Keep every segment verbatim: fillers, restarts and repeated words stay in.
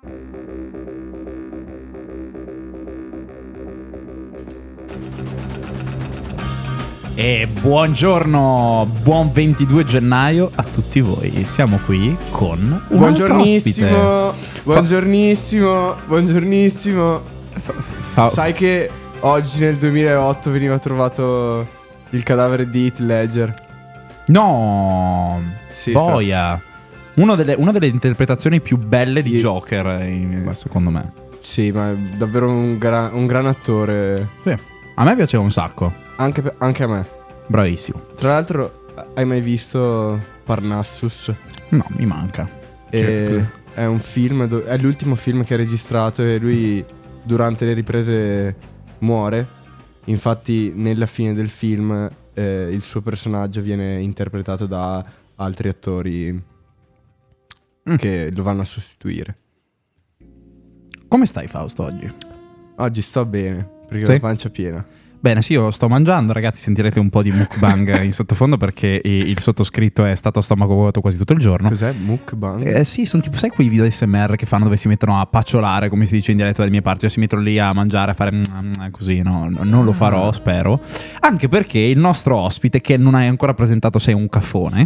E buongiorno, buon ventidue gennaio a tutti voi. Siamo qui con un buongiornissimo, buongiornissimo, buongiornissimo. Fa, fa, Sai che oggi nel duemilaotto veniva trovato il cadavere di Heath Ledger? No, sì, boia. Fra... Una delle, una delle interpretazioni più belle di Io... Joker, in, secondo me. Sì, ma è davvero un, gra- un gran attore. Sì. A me piaceva un sacco. Anche, anche a me. Bravissimo. Tra l'altro, hai mai visto Parnassus? No, mi manca. E è un film, do- è l'ultimo film che ha registrato e lui durante le riprese muore. Infatti nella fine del film eh, il suo personaggio viene interpretato da altri attori mm. che lo vanno a sostituire. Come stai, Fausto, oggi? Oggi sto bene, perché sì? ho la pancia piena. Bene, sì, io sto mangiando, ragazzi, sentirete un po' di mukbang in sottofondo perché il sottoscritto è stato a stomaco vuoto quasi tutto il giorno. Cos'è mukbang? Eh sì, sono tipo, sai quei video A S M R che fanno dove si mettono a pacciolare, come si dice in dialetto dalle mie parti, cioè si mettono lì a mangiare, a fare così, no? Non lo farò, spero. Anche perché il nostro ospite, che non hai ancora presentato, sei un caffone,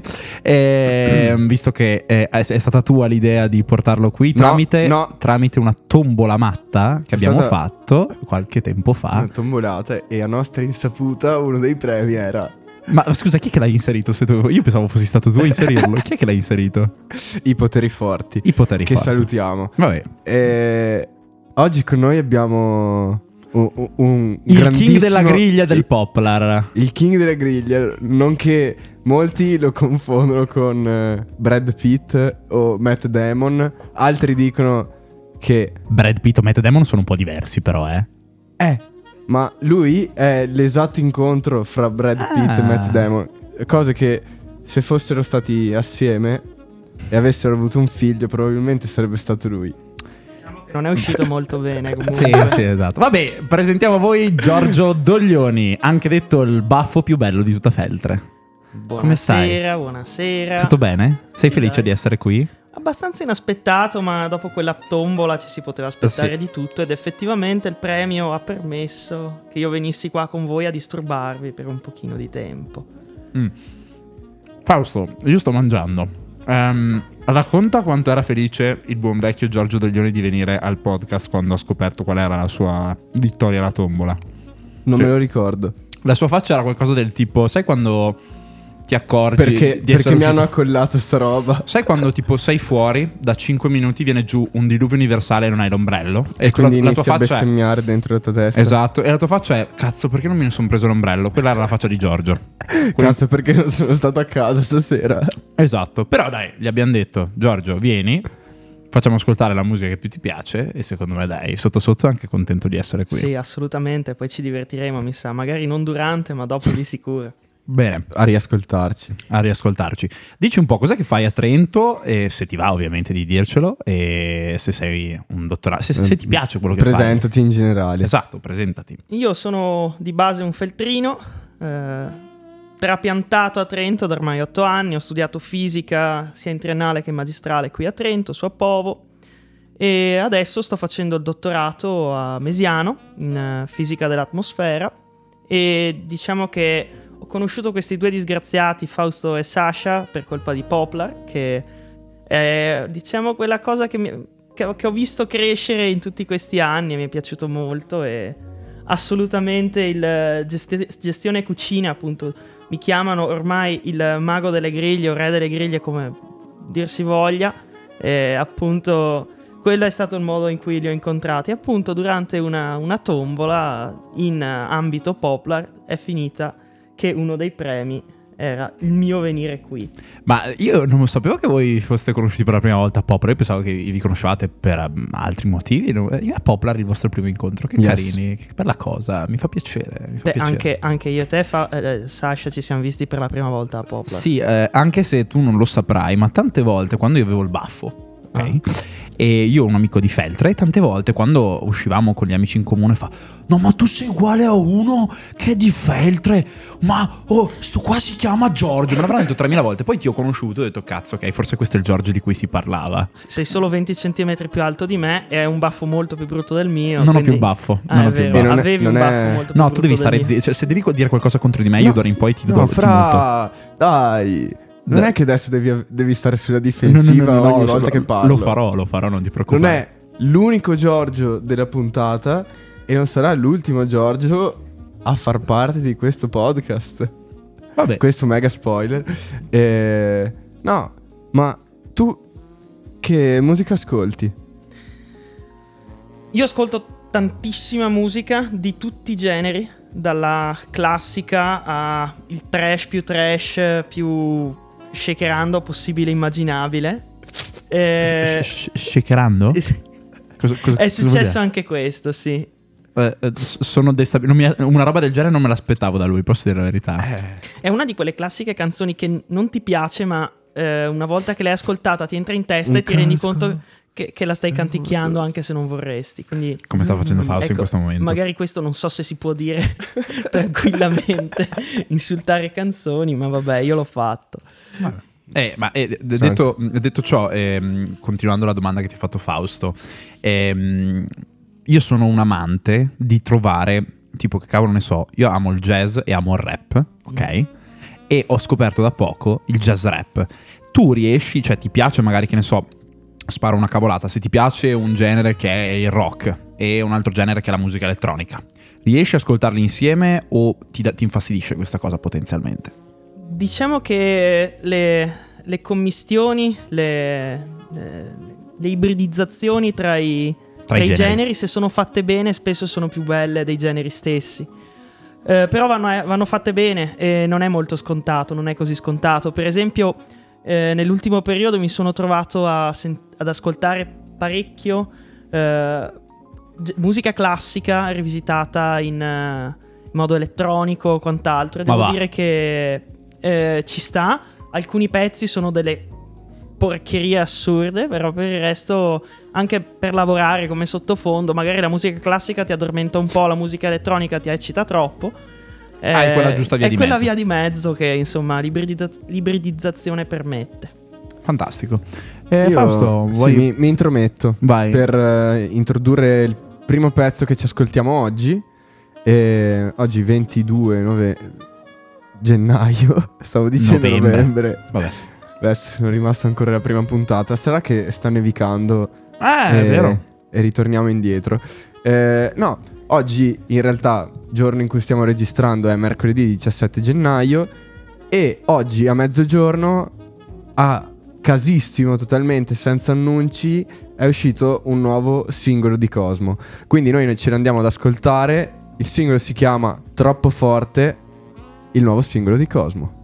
eh, visto che è, è stata tua l'idea di portarlo qui tramite, no, no. tramite una tombola matta che C'è abbiamo stata fatto qualche tempo fa. Una tombolata e a nostra insaputa uno dei premi era... Ma scusa, chi è che l'ha inserito? Se tu... Io pensavo fossi stato tu a inserirlo. Chi è che l'ha inserito? I poteri forti. I poteri che forti. salutiamo. Vabbè. E... Oggi con noi abbiamo un, un, un il grandissimo... king della griglia del il, Poplar. Il king della griglia, nonché molti lo confondono con uh, Brad Pitt o Matt Damon. Altri dicono che... Brad Pitt o Matt Damon sono un po' diversi però, eh. Eh... Ma lui è l'esatto incontro fra Brad Pitt ah. e Matt Damon. Cose che se fossero stati assieme e avessero avuto un figlio probabilmente sarebbe stato lui. Diciamo che non è uscito molto bene comunque. Sì, sì, esatto. Vabbè, presentiamo a voi Giorgio Doglioni, anche detto il baffo più bello di tutta Feltre. Buonasera, come stai? Buonasera. Tutto bene? Sei sì, felice dai. di essere qui? Abbastanza inaspettato, ma dopo quella tombola ci si poteva aspettare sì. di tutto ed effettivamente il premio ha permesso che io venissi qua con voi a disturbarvi per un pochino di tempo. Mm. Fausto, io sto mangiando. Um, racconta quanto era felice il buon vecchio Giorgio Doglioni di venire al podcast quando ha scoperto qual era la sua vittoria alla tombola. Non cioè, me lo ricordo. La sua faccia era qualcosa del tipo, sai quando... ti accorgi perché, di perché mi tipo... hanno accollato sta roba. Sai quando tipo sei fuori da cinque minuti, viene giù un diluvio universale e non hai l'ombrello e, e quindi la, inizi la tua a faccia bestemmiare è... dentro la tua testa. Esatto. E la tua faccia è cazzo, perché non mi sono preso l'ombrello? Quella era la faccia di Giorgio. Quindi... Cazzo, perché non sono stato a casa stasera. Esatto. Però dai, gli abbiamo detto Giorgio, vieni, facciamo ascoltare la musica che più ti piace. E secondo me dai, sotto sotto è anche contento di essere qui. Sì, assolutamente. Poi ci divertiremo, mi sa. Magari non durante, ma dopo di sicuro. Bene, a riascoltarci. A riascoltarci. Dici un po' cos'è che fai a Trento, e se ti va ovviamente di dircelo, e se sei un dottorato, se, se ti piace quello che fai. Presentati in generale. Esatto, presentati. Io sono di base un feltrino, eh, trapiantato a Trento da ormai otto anni, ho studiato fisica sia in triennale che in magistrale qui a Trento, su Appovo, e adesso sto facendo il dottorato a Mesiano in uh, fisica dell'atmosfera, e diciamo che ho conosciuto questi due disgraziati, Fausto e Sasha, per colpa di Poplar, che è, diciamo, quella cosa che, mi, che, che ho visto crescere in tutti questi anni e mi è piaciuto molto. E assolutamente il gesti- gestione cucina, appunto, mi chiamano ormai il mago delle griglie o re delle griglie, come dir si voglia, e appunto quello è stato il modo in cui li ho incontrati. Appunto durante una, una tombola in ambito Poplar è finita che uno dei premi era il mio venire qui. Ma io non sapevo che voi foste conosciuti per la prima volta a Poplar. Io pensavo che vi conoscevate per um, altri motivi. Io a Poplar il vostro primo incontro. Che yes. carini, che bella cosa. Mi fa piacere, mi fa Beh, piacere. Anche, anche io e te fa, eh, Sasha ci siamo visti per la prima volta a Poplar. Sì, eh, anche se tu non lo saprai, ma tante volte quando io avevo il baffo ok? Ah. E io ho un amico di Feltre e tante volte quando uscivamo con gli amici in comune fa: no, ma tu sei uguale a uno che è di Feltre, ma oh, sto qua si chiama Giorgio. Me l'avrà detto tremila volte. Poi ti ho conosciuto e ho detto: cazzo, ok, forse questo è il Giorgio di cui si parlava. Sei solo venti centimetri più alto di me e hai un baffo molto più brutto del mio. Non quindi... ho più baffo. Ah, non è ho più vero, baffo. non è- avevi non un è- baffo molto più No, brutto tu devi stare del mio. zitto. Cioè, se devi dire qualcosa contro di me, io No. d'ora in poi ti do No, ti monto. fra... Dai. Non Dai. è che adesso devi, devi stare sulla No, difensiva no, no, no, ogni no, volta lo- che parlo. Lo farò, lo farò, non ti preoccupare. Non è l'unico Giorgio della puntata e non sarà l'ultimo Giorgio a far parte di questo podcast. Vabbè. Questo mega spoiler. Eh, no, ma tu che musica ascolti? Io ascolto tantissima musica di tutti i generi, dalla classica a il trash più trash, più shakerando possibile immaginabile. Eh, Sh- sh- Shakerando? Cosa- cosa- è cosa vuol successo dire? anche questo, sì. Eh, eh, s- sono destabilizzato. Una roba del genere non me l'aspettavo da lui, posso dire la verità. È una di quelle classiche canzoni che non ti piace, ma eh, una volta che l'hai ascoltata ti entra in testa Un e ti rendi casco. conto che, che la stai canticchiando anche se non vorresti. Quindi, Come sta facendo Fausto in ecco, questo momento. magari questo non so se si può dire tranquillamente, insultare canzoni, ma vabbè, io l'ho fatto. Eh, ma eh, d- detto, detto ciò, ehm, continuando la domanda che ti ha fatto Fausto, ehm, io sono un amante di trovare, tipo che cavolo ne so, io amo il jazz e amo il rap, ok? Mm. E ho scoperto da poco il jazz rap. Tu riesci, cioè ti piace magari, che ne so, sparo una cavolata, se ti piace un genere che è il rock e un altro genere che è la musica elettronica, riesci a ascoltarli insieme o ti, da- ti infastidisce questa cosa potenzialmente? Diciamo che le, le commistioni, le, le, le ibridizzazioni tra i, tra i generi. generi, se sono fatte bene, spesso sono più belle dei generi stessi. Eh, però vanno, vanno fatte bene e non è molto scontato, non è così scontato. Per esempio, eh, nell'ultimo periodo mi sono trovato a sen- ad ascoltare parecchio eh, g- musica classica rivisitata in, uh, in modo elettronico o quant'altro. E Ma devo va. dire che eh, ci sta. Alcuni pezzi sono delle porcherie assurde, però per il resto, anche per lavorare come sottofondo, magari la musica classica ti addormenta un po', la musica elettronica ti eccita troppo. Eh, Ah, è quella giusta via è di quella mezzo. via di mezzo che insomma l'ibridizza- l'ibridizzazione permette. Fantastico. Eh, Io- Fausto, sì, vuoi... mi, mi intrometto Vai. per eh, introdurre il primo pezzo che ci ascoltiamo oggi. Eh, oggi ventidue nove gennaio. Stavo dicendo Novembre. novembre. Vabbè. Adesso sono rimasto ancora la prima puntata. Sarà che sta nevicando? Ah, è e, vero. E ritorniamo indietro. Eh, no, oggi in realtà, giorno in cui stiamo registrando, è mercoledì diciassette gennaio. E oggi a mezzogiorno, a casissimo totalmente, senza annunci, è uscito un nuovo singolo di Cosmo. Quindi noi ce ne andiamo ad ascoltare. Il singolo si chiama Troppo Forte, il nuovo singolo di Cosmo.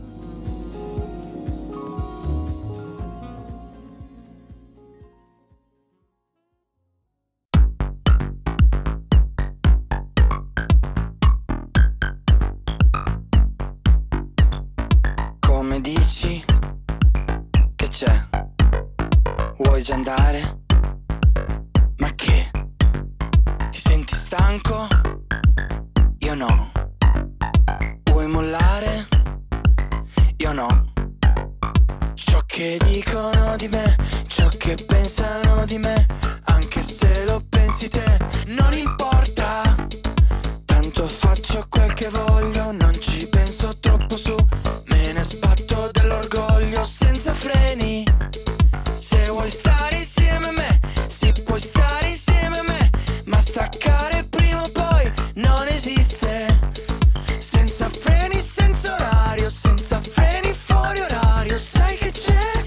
Come dici? Che c'è? Vuoi già andare? Ma che? Ti senti stanco? Io no. Vuoi mollare? Io no. Ciò che dicono di me, ciò che pensano di me, anche se lo pensi te, non importa. Tanto faccio quel che voglio, non ci penso troppo su. Me ne sbatto dell'orgoglio senza freni. Se vuoi stare insieme a me, sì puoi stare insieme a me, ma staccare prima o poi non esiste. Senza freni, senza orario, senza freni fuori orario. Sai che c'è?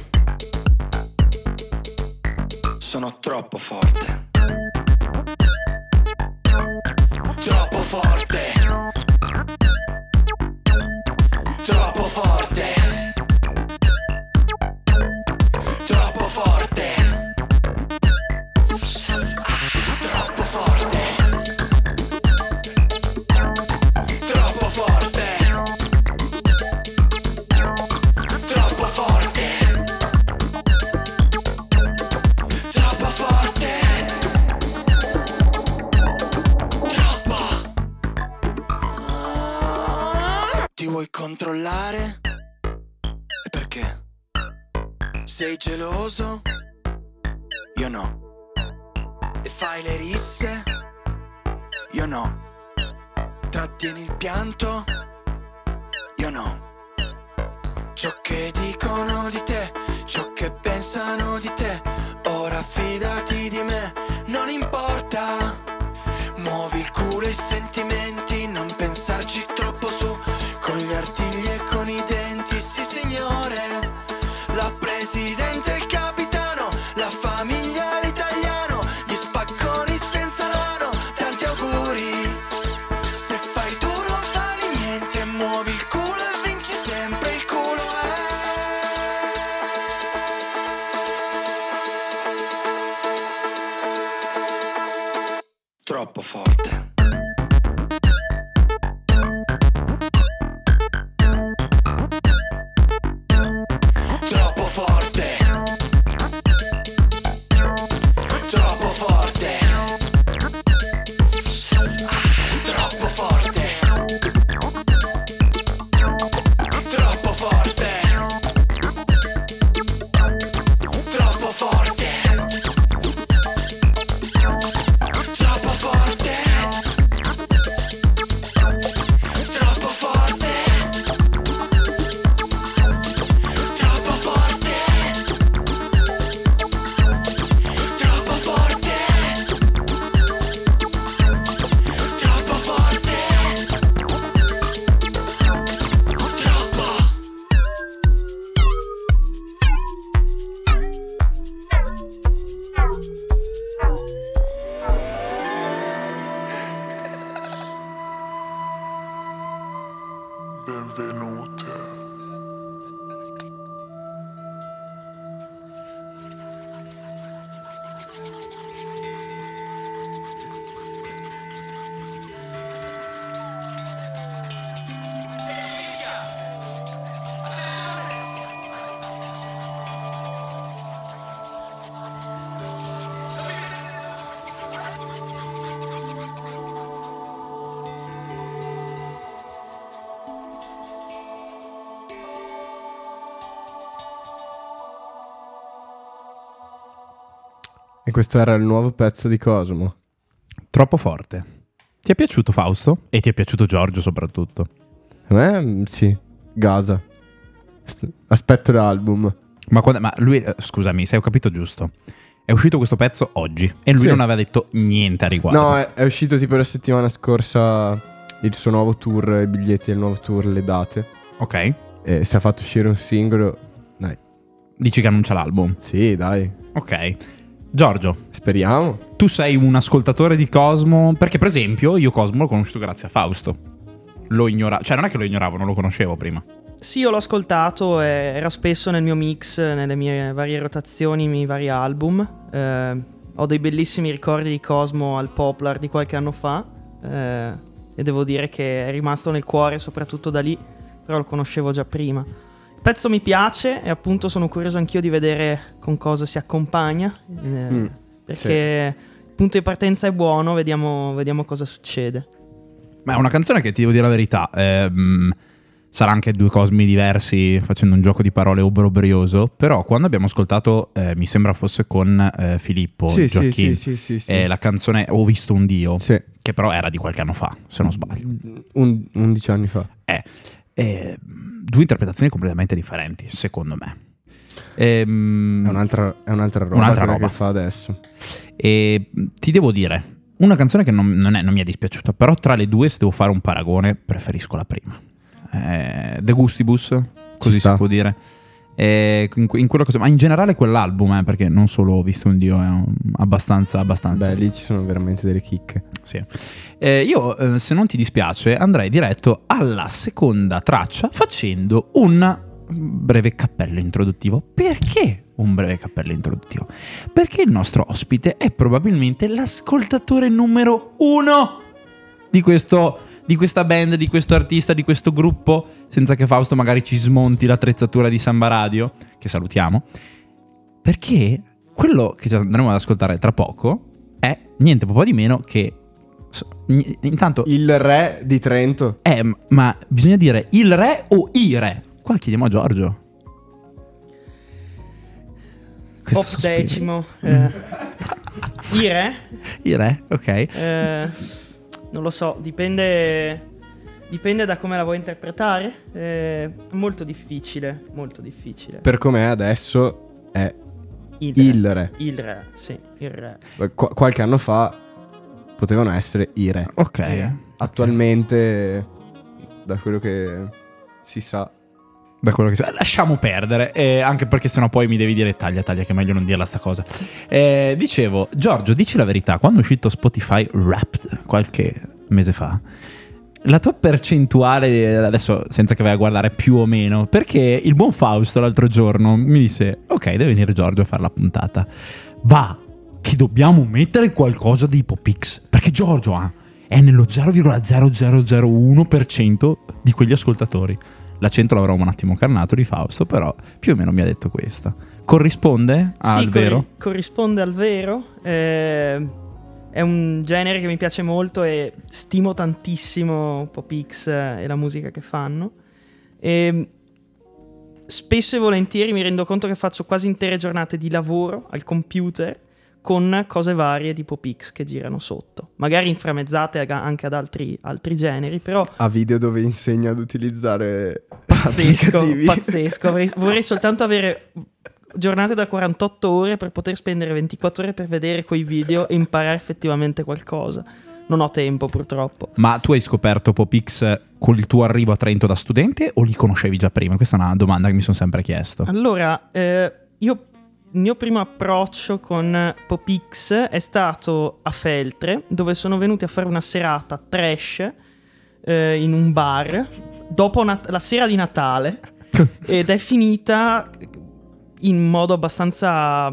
Sono troppo forte. Troppo forte. Troppo forte. Troppo forte. Troppo forte. Troppo forte. Troppo forte. controllare. E perché? Sei geloso? Io no. E fai le risse? Io no. Trattieni il pianto? Io no. Ciò che dicono di te, ciò che pensano di te, ora fidati di me, non importa. Muovi il culo e i sentimenti, non pensarci troppo su, con gli artigli e con i denti, sì signore. La presidente, il capitano, la famiglia, l'italiano, gli spacconi senza mano, tanti auguri. Se fai il duro non vali niente, muovi il culo e vinci sempre, il culo è troppo forte. Troppo forte. Troppo forte. Troppo forte. Troppo forte. Troppo forte. Troppo forte. Troppo forte. Troppo forte. Troppo forte. Troppo forte. Troppo. Benvenute. E questo era il nuovo pezzo di Cosmo. Troppo forte. Ti è piaciuto Fausto? E ti è piaciuto Giorgio soprattutto? A me mm, sì, Gaza. St- aspetto l'album. Ma, quando, ma lui, eh, scusami, se ho capito giusto, è uscito questo pezzo oggi e lui Sì. non aveva detto niente a riguardo. No, è, è uscito tipo la settimana scorsa il suo nuovo tour, i biglietti del nuovo tour, le date. Ok. E si è fatto uscire un singolo. Dai. Dici che annuncia l'album. Sì, dai. Ok. Giorgio, Speriamo. tu sei un ascoltatore di Cosmo? Perché per esempio io Cosmo l'ho conosciuto grazie a Fausto. Lo ignoravo, cioè non è che lo ignoravo, non lo conoscevo prima. Sì, io l'ho ascoltato, e era spesso nel mio mix, nelle mie varie rotazioni, i miei vari album. Eh, ho dei bellissimi ricordi di Cosmo al Poplar di qualche anno fa, eh, e devo dire che è rimasto nel cuore soprattutto da lì, però lo conoscevo già prima. Il pezzo mi piace e appunto sono curioso anch'io di vedere con cosa si accompagna, eh, Mm, perché il punto di partenza è buono, vediamo, vediamo cosa succede. Ma è una canzone che ti devo dire la verità, ehm, sarà anche due Cosmi diversi facendo un gioco di parole obbrobrioso, però quando abbiamo ascoltato, eh, mi sembra fosse con eh, Filippo Sì, sì, Gioacchini, sì, sì, sì, sì. eh, la canzone Ho visto un Dio, Sì. che però era di qualche anno fa, se non sbaglio. Un- undici anni fa. Eh, eh, due interpretazioni completamente differenti, secondo me. Ehm, È un'altra, è un'altra roba Un'altra quella roba. che fa adesso. E ti devo dire, una canzone che non, non è- non mi è dispiaciuta, però tra le due, se devo fare un paragone, preferisco la prima. Eh, De Gustibus, così si sta. può dire. Eh, in, in quella cosa, ma in generale quell'album, eh, perché non solo Ho visto un Dio, è un- abbastanza, abbastanza. Beh, lì ci sono veramente delle chicche. Sì. Eh, io, eh, se non ti dispiace, andrei diretto alla seconda traccia facendo un breve cappello introduttivo. Perché un breve cappello introduttivo? Perché il nostro ospite è probabilmente l'ascoltatore numero uno di questo, di questa band, di questo artista, di questo gruppo, senza che Fausto magari ci smonti l'attrezzatura di Samba Radio, che salutiamo, perché quello che ci andremo ad ascoltare tra poco è niente po' di meno che Intanto Il re di Trento. Eh, ma bisogna dire il re o i re? Qua chiediamo a Giorgio. Questo Pop sospiro. decimo. Eh. I re? I re, ok. Eh, non lo so, dipende. Dipende da come la vuoi interpretare. Eh, molto difficile. Molto difficile. Per com'è adesso è Il, il re. Il re, sì, il re. Qu- qualche anno fa potevano essere i re. Ok. Eh. Attualmente, da quello che si sa, Da quello che so. Lasciamo perdere, eh, anche perché sennò poi mi devi dire taglia, taglia, che è meglio non dirla sta cosa. Eh, dicevo, Giorgio, dici la verità, quando è uscito Spotify Wrapped qualche mese fa, la tua percentuale, adesso senza che vai a guardare più o meno, perché il buon Fausto l'altro giorno mi disse, ok, deve venire Giorgio a fare la puntata, va, che dobbiamo mettere qualcosa di Popix, perché Giorgio ha, è nello zero virgola zero zero zero uno per cento di quegli ascoltatori. L'accento l'avrò un attimo carnato di Fausto, però più o meno mi ha detto questa. Corrisponde al sì, vero? corri- corrisponde al vero. Eh, è un genere che mi piace molto e stimo tantissimo Popix e la musica che fanno. E spesso e volentieri mi rendo conto che faccio quasi intere giornate di lavoro al computer con cose varie di Popix che girano sotto, magari inframmezzate anche ad altri, altri generi, però ha video dove insegna ad utilizzare pazzesco, applicativi. pazzesco. Vorrei, vorrei soltanto avere giornate da quarantotto ore per poter spendere ventiquattro ore per vedere quei video e imparare effettivamente qualcosa. Non ho tempo, purtroppo. Ma tu hai scoperto Popix con il tuo arrivo a Trento da studente o li conoscevi già prima? Questa è una domanda che mi sono sempre chiesto. Allora, eh, io il mio primo approccio con Popix è stato a Feltre, dove sono venuti a fare una serata trash eh, in un bar dopo nat- la sera di Natale ed è finita in modo abbastanza,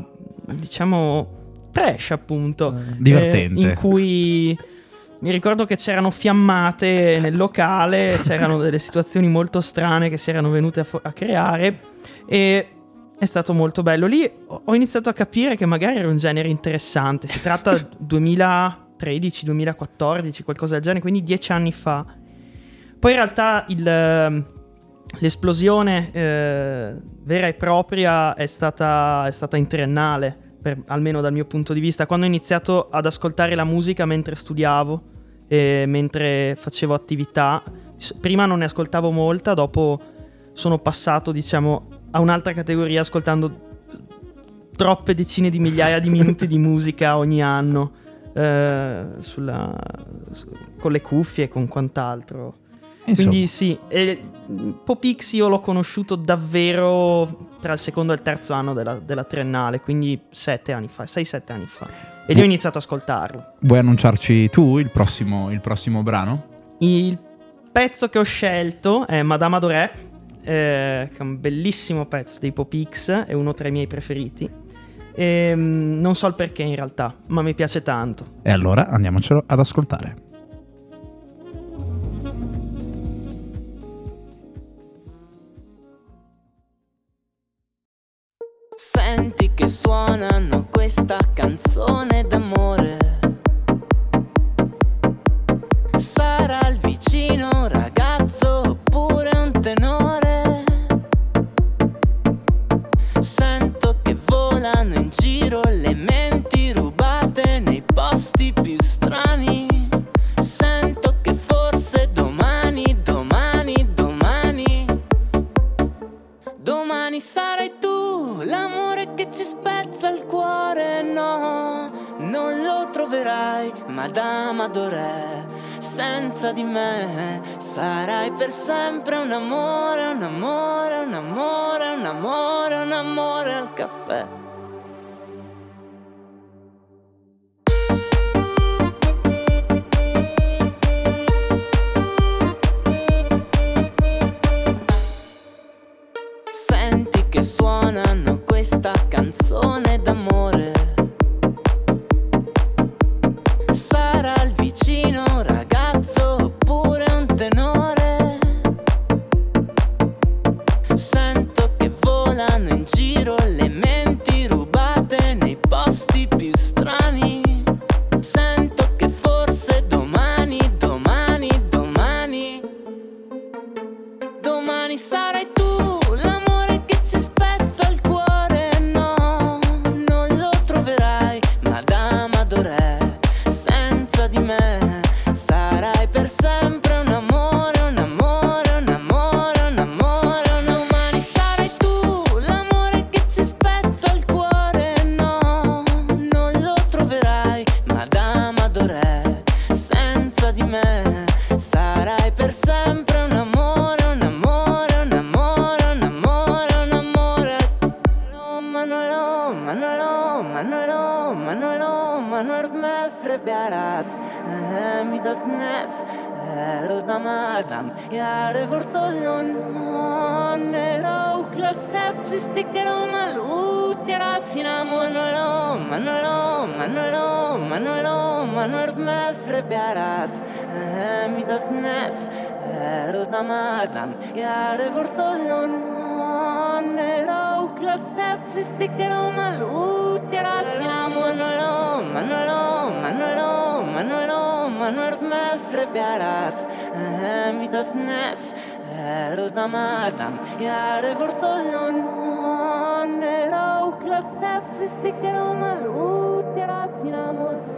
diciamo, trash, appunto. Divertente. Eh, in cui mi ricordo che c'erano fiammate nel locale, c'erano delle situazioni molto strane che si erano venute a, fo- a creare e è stato molto bello. Lì ho iniziato a capire che magari era un genere interessante. Si tratta duemilatredici duemilaquattordici, qualcosa del genere, quindi dieci anni fa. Poi in realtà il, l'esplosione eh, vera e propria è stata, è stata in triennale, per, almeno dal mio punto di vista, quando ho iniziato ad ascoltare la musica mentre studiavo e mentre facevo attività. Prima non ne ascoltavo molta, dopo sono passato, diciamo, a un'altra categoria ascoltando troppe decine di migliaia di minuti di musica ogni anno eh, sulla, su, con le cuffie e con quant'altro. Insomma. Quindi sì, e Popix io l'ho conosciuto davvero tra il secondo e il terzo anno della, della triennale, quindi sette anni fa, sei sette anni fa, e lì ho iniziato ad ascoltarlo. Vuoi annunciarci tu il prossimo, il prossimo brano? Il pezzo che ho scelto è Madame Adoré, Eh, che è un bellissimo pezzo dei Popix, è uno tra i miei preferiti e, mm, non so il perché in realtà, ma mi piace tanto. E allora andiamocelo ad ascoltare. Senti che suonano questa canzone d'amore, sarà il vicino ragazzo oppure un tenore. Sento che volano in giro le menti rubate nei posti più strani. Sento che forse domani, domani, domani, domani sarai tu l'amore che ci spezza il cuore. No, non lo troverai, Madame Adoré. Senza di me sarai per sempre un amore, un amore, un amore, un amore, un amore al caffè. Senti che suonano questa canzone d'amore, sarà il vicino ragazzo oppure un tenore. Sento che volano in giro le menti rubate nei posti più strani. Sento che forse domani mestre piaras mi das nes ero damadam yare vortollon nero klastep sistikero malut yarasina monolo manolo manolo manolo manor mestre piaras mi das nes ero damadam yare vortollon nero klastep sistikero malut yarasina monolo manolo manolo manolo manor mestre piaras mi das nes ero damadam yare vortollon nero klastep sistikero malut yarasina monolo.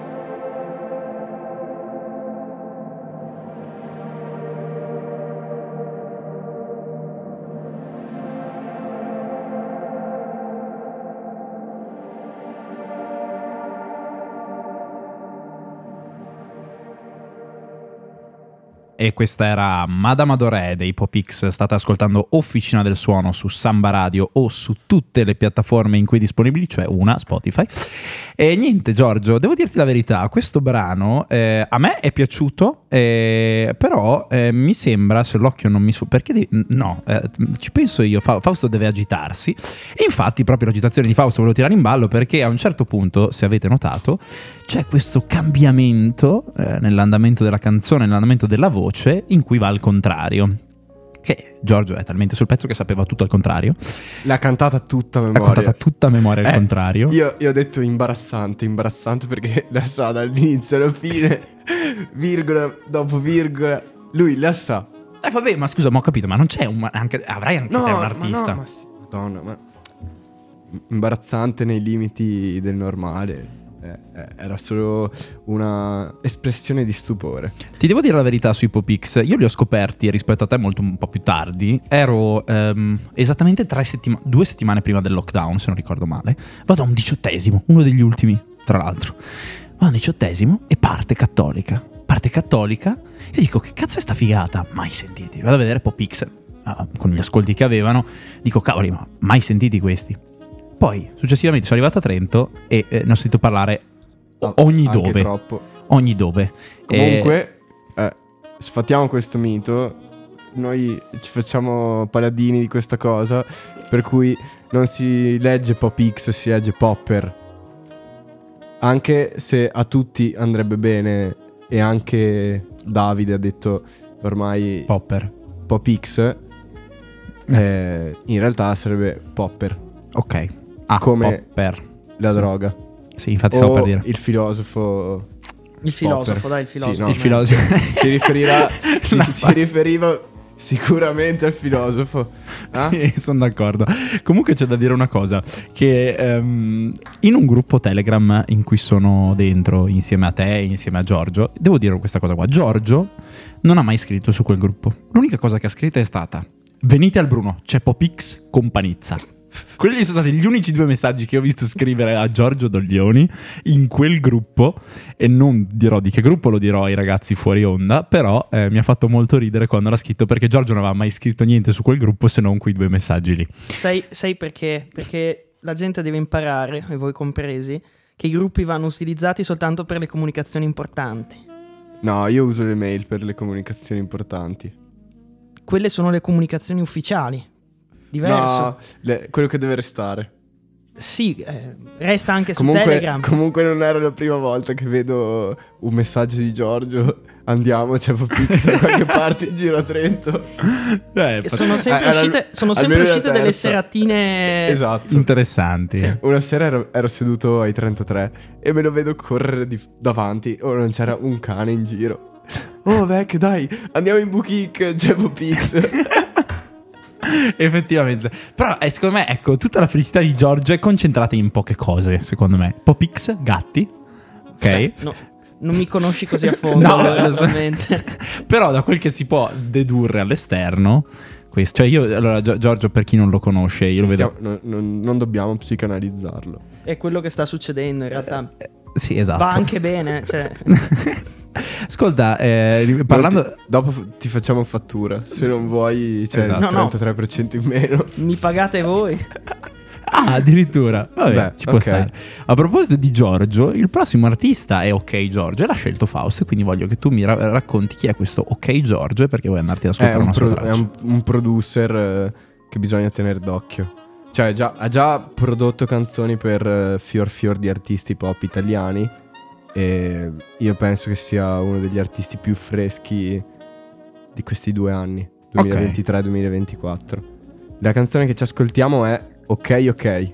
E questa era Madame Adoré dei Popix. State ascoltando Officina del Suono su Samba Radio o su tutte le piattaforme in cui disponibili, cioè una, Spotify. E niente, Giorgio, devo dirti la verità, questo brano eh, a me è piaciuto, eh, però eh, mi sembra, se l'occhio non mi su... perché devi... no, eh, ci penso io, Fa- Fausto deve agitarsi. E infatti proprio l'agitazione di Fausto volevo tirare in ballo, perché a un certo punto, se avete notato, c'è questo cambiamento eh, nell'andamento della canzone, nell'andamento della voce, in cui va al contrario. Che Giorgio è talmente sul pezzo che sapeva tutto al contrario. L'ha cantata tutta a L'ha memoria. cantata tutta a memoria al Eh, contrario. Io, io ho detto imbarazzante, imbarazzante perché la sa dall'inizio alla fine, virgola dopo virgola. Lui la sa. Eh vabbè, ma scusa, ma ho capito, ma non c'è un... Anche, avrai anche te un artista. Ma no, ma sì, Madonna, ma imbarazzante nei limiti del normale. Eh, eh, era solo una espressione di stupore. Ti devo dire la verità sui Popix, io li ho scoperti rispetto a te molto un po' più tardi. Ero ehm, esattamente tre settima- due settimane prima del lockdown, se non ricordo male. Vado a un diciottesimo, uno degli ultimi, tra l'altro. Vado a un diciottesimo e parte Cattolica. Parte Cattolica, io dico, che cazzo è sta figata? Mai sentiti. Vado a vedere Popix, ah, con gli ascolti che avevano, dico, cavoli, ma mai sentiti questi? Poi successivamente sono arrivato a Trento e eh, ne ho sentito parlare o- ogni Anche dove. troppo. Ogni dove. Comunque, eh, sfattiamo questo mito. Noi ci facciamo paladini di questa cosa, per cui non si legge Popix, si legge Popper. Anche se a tutti andrebbe bene, e anche Davide ha detto ormai Popper. Popix, eh, in realtà sarebbe Popper, Ok. Ah, Come- Popper. la Sì. droga. Sì, infatti stavo O per dire. il filosofo. Il filosofo, Popper. dai, il filosofo. Sì, no. Il filosofo. Si riferirà si, La si fa- riferiva sicuramente al filosofo. Ah? Sì, sono d'accordo. Comunque c'è da dire una cosa, che ehm, in un gruppo Telegram in cui sono dentro insieme a te, insieme a Giorgio, devo dire questa cosa qua. Giorgio non ha mai scritto su quel gruppo. L'unica cosa che ha scritto è stata: venite al Bruno, c'è Popix con Panizza. Quelli sono stati gli unici due messaggi che ho visto scrivere a Giorgio Doglioni in quel gruppo, e non dirò di che gruppo, lo dirò ai ragazzi fuori onda, però eh, mi ha fatto molto ridere quando l'ha scritto, perché Giorgio non aveva mai scritto niente su quel gruppo se non quei due messaggi lì. Sai, sai perché? Perché la gente deve imparare, e voi compresi, che i gruppi vanno utilizzati soltanto per le comunicazioni importanti. No, io uso le mail per le comunicazioni importanti. Quelle sono le comunicazioni ufficiali. Diverso. No, le- quello che deve restare. Sì, eh, resta anche su Comunque, Telegram. comunque non era la prima volta che vedo un messaggio di Giorgio. Andiamo, c'è Popix da qualche parte in giro a Trento. Eh, Sono sempre Eh, era- uscite, sono sempre almeno la uscite delle terza. seratine. Esatto. interessanti. Sì. Una sera ero, ero seduto ai trentatré e me lo vedo correre di- davanti. Oh, non c'era un cane in giro. Oh, vecchio, dai, andiamo in Bukik, c'è Popix. Effettivamente. Però eh, secondo me, ecco, tutta la felicità di Giorgio è concentrata in poche cose, secondo me. Popix, gatti, ok? No, non mi conosci così a fondo. No, allora, lo so. ovviamente. Però da quel che si può dedurre all'esterno, questo, cioè io, allora Gio- Giorgio, per chi non lo conosce, io Sì, lo vedo... stiamo- non, non- non dobbiamo psicanalizzarlo. È quello che sta succedendo in realtà. Sì, esatto. Va anche bene, cioè. Ascolta, eh, parlando... Non ti- dopo f- ti facciamo fattura. Se non vuoi, c'è Esatto. il No, no. trentatré per cento in meno. Mi pagate voi. Ah, addirittura. Vabbè, Beh, ci può ok. stare. A proposito di Giorgio, il prossimo artista è Ok Giorgio e l'ha scelto Fausto, quindi voglio che tu mi ra- racconti chi è questo Ok Giorgio e perché vuoi andarti ad È ascoltare un, una sua pro- è traccia. un, un producer eh, che bisogna tenere d'occhio. Cioè già, ha già prodotto canzoni per eh, fior fior di artisti pop italiani e io penso che sia uno degli artisti più freschi di questi due anni, duemilaventitré duemilaventiquattro. La canzone che ci ascoltiamo è Ok Ok.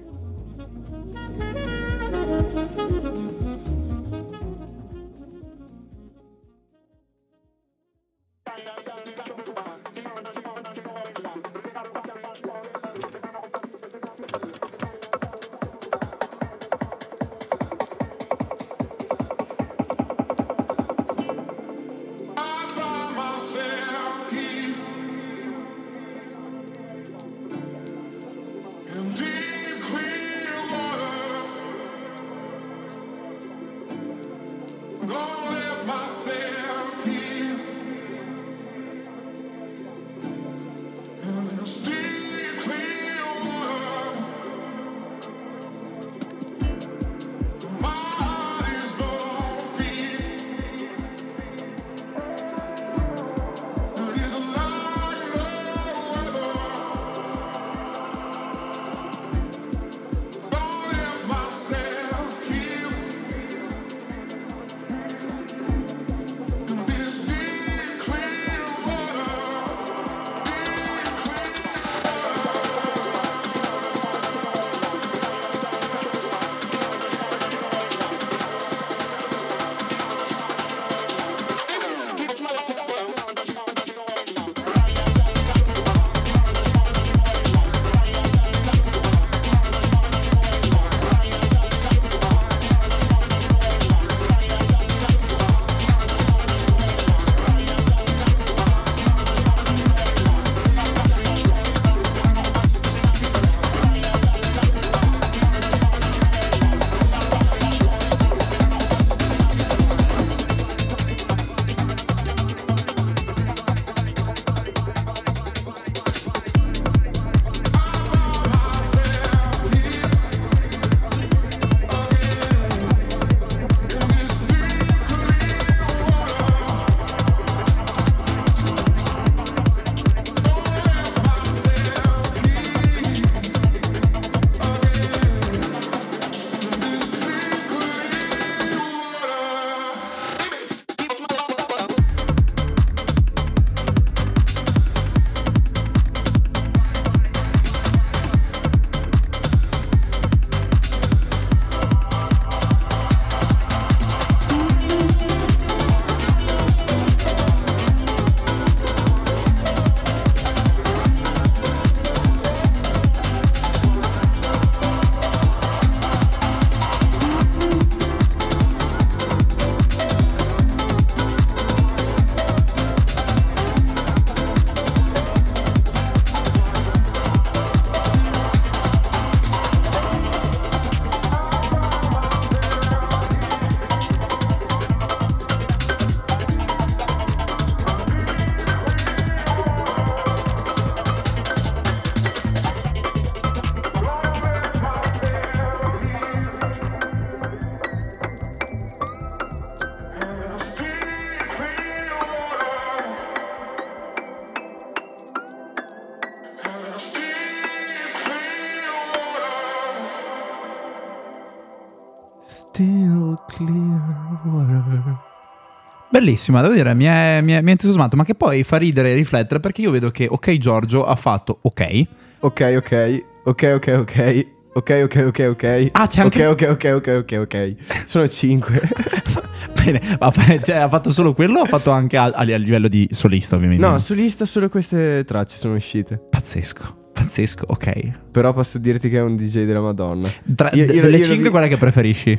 Still clear water. Bellissima, devo dire, mi è, mi, è, mi è entusiasmato, ma che poi fa ridere e riflettere perché io vedo che Ok Giorgio ha fatto Ok. Ok, ok, ok, ok, ok. Ok, ok, ok, ok. Ah, c'è anche- Ok, ok, ok, ok, ok, ok. Sono cinque. Bene, ha, cioè, ha fatto solo quello o ha fatto anche a, a livello di solista, ovviamente? No, su lista solo queste tracce sono uscite. Pazzesco, pazzesco, ok. Però posso dirti che è un D J della Madonna. Tra, Io- io- delle io lo cinque vi- quella che preferisci?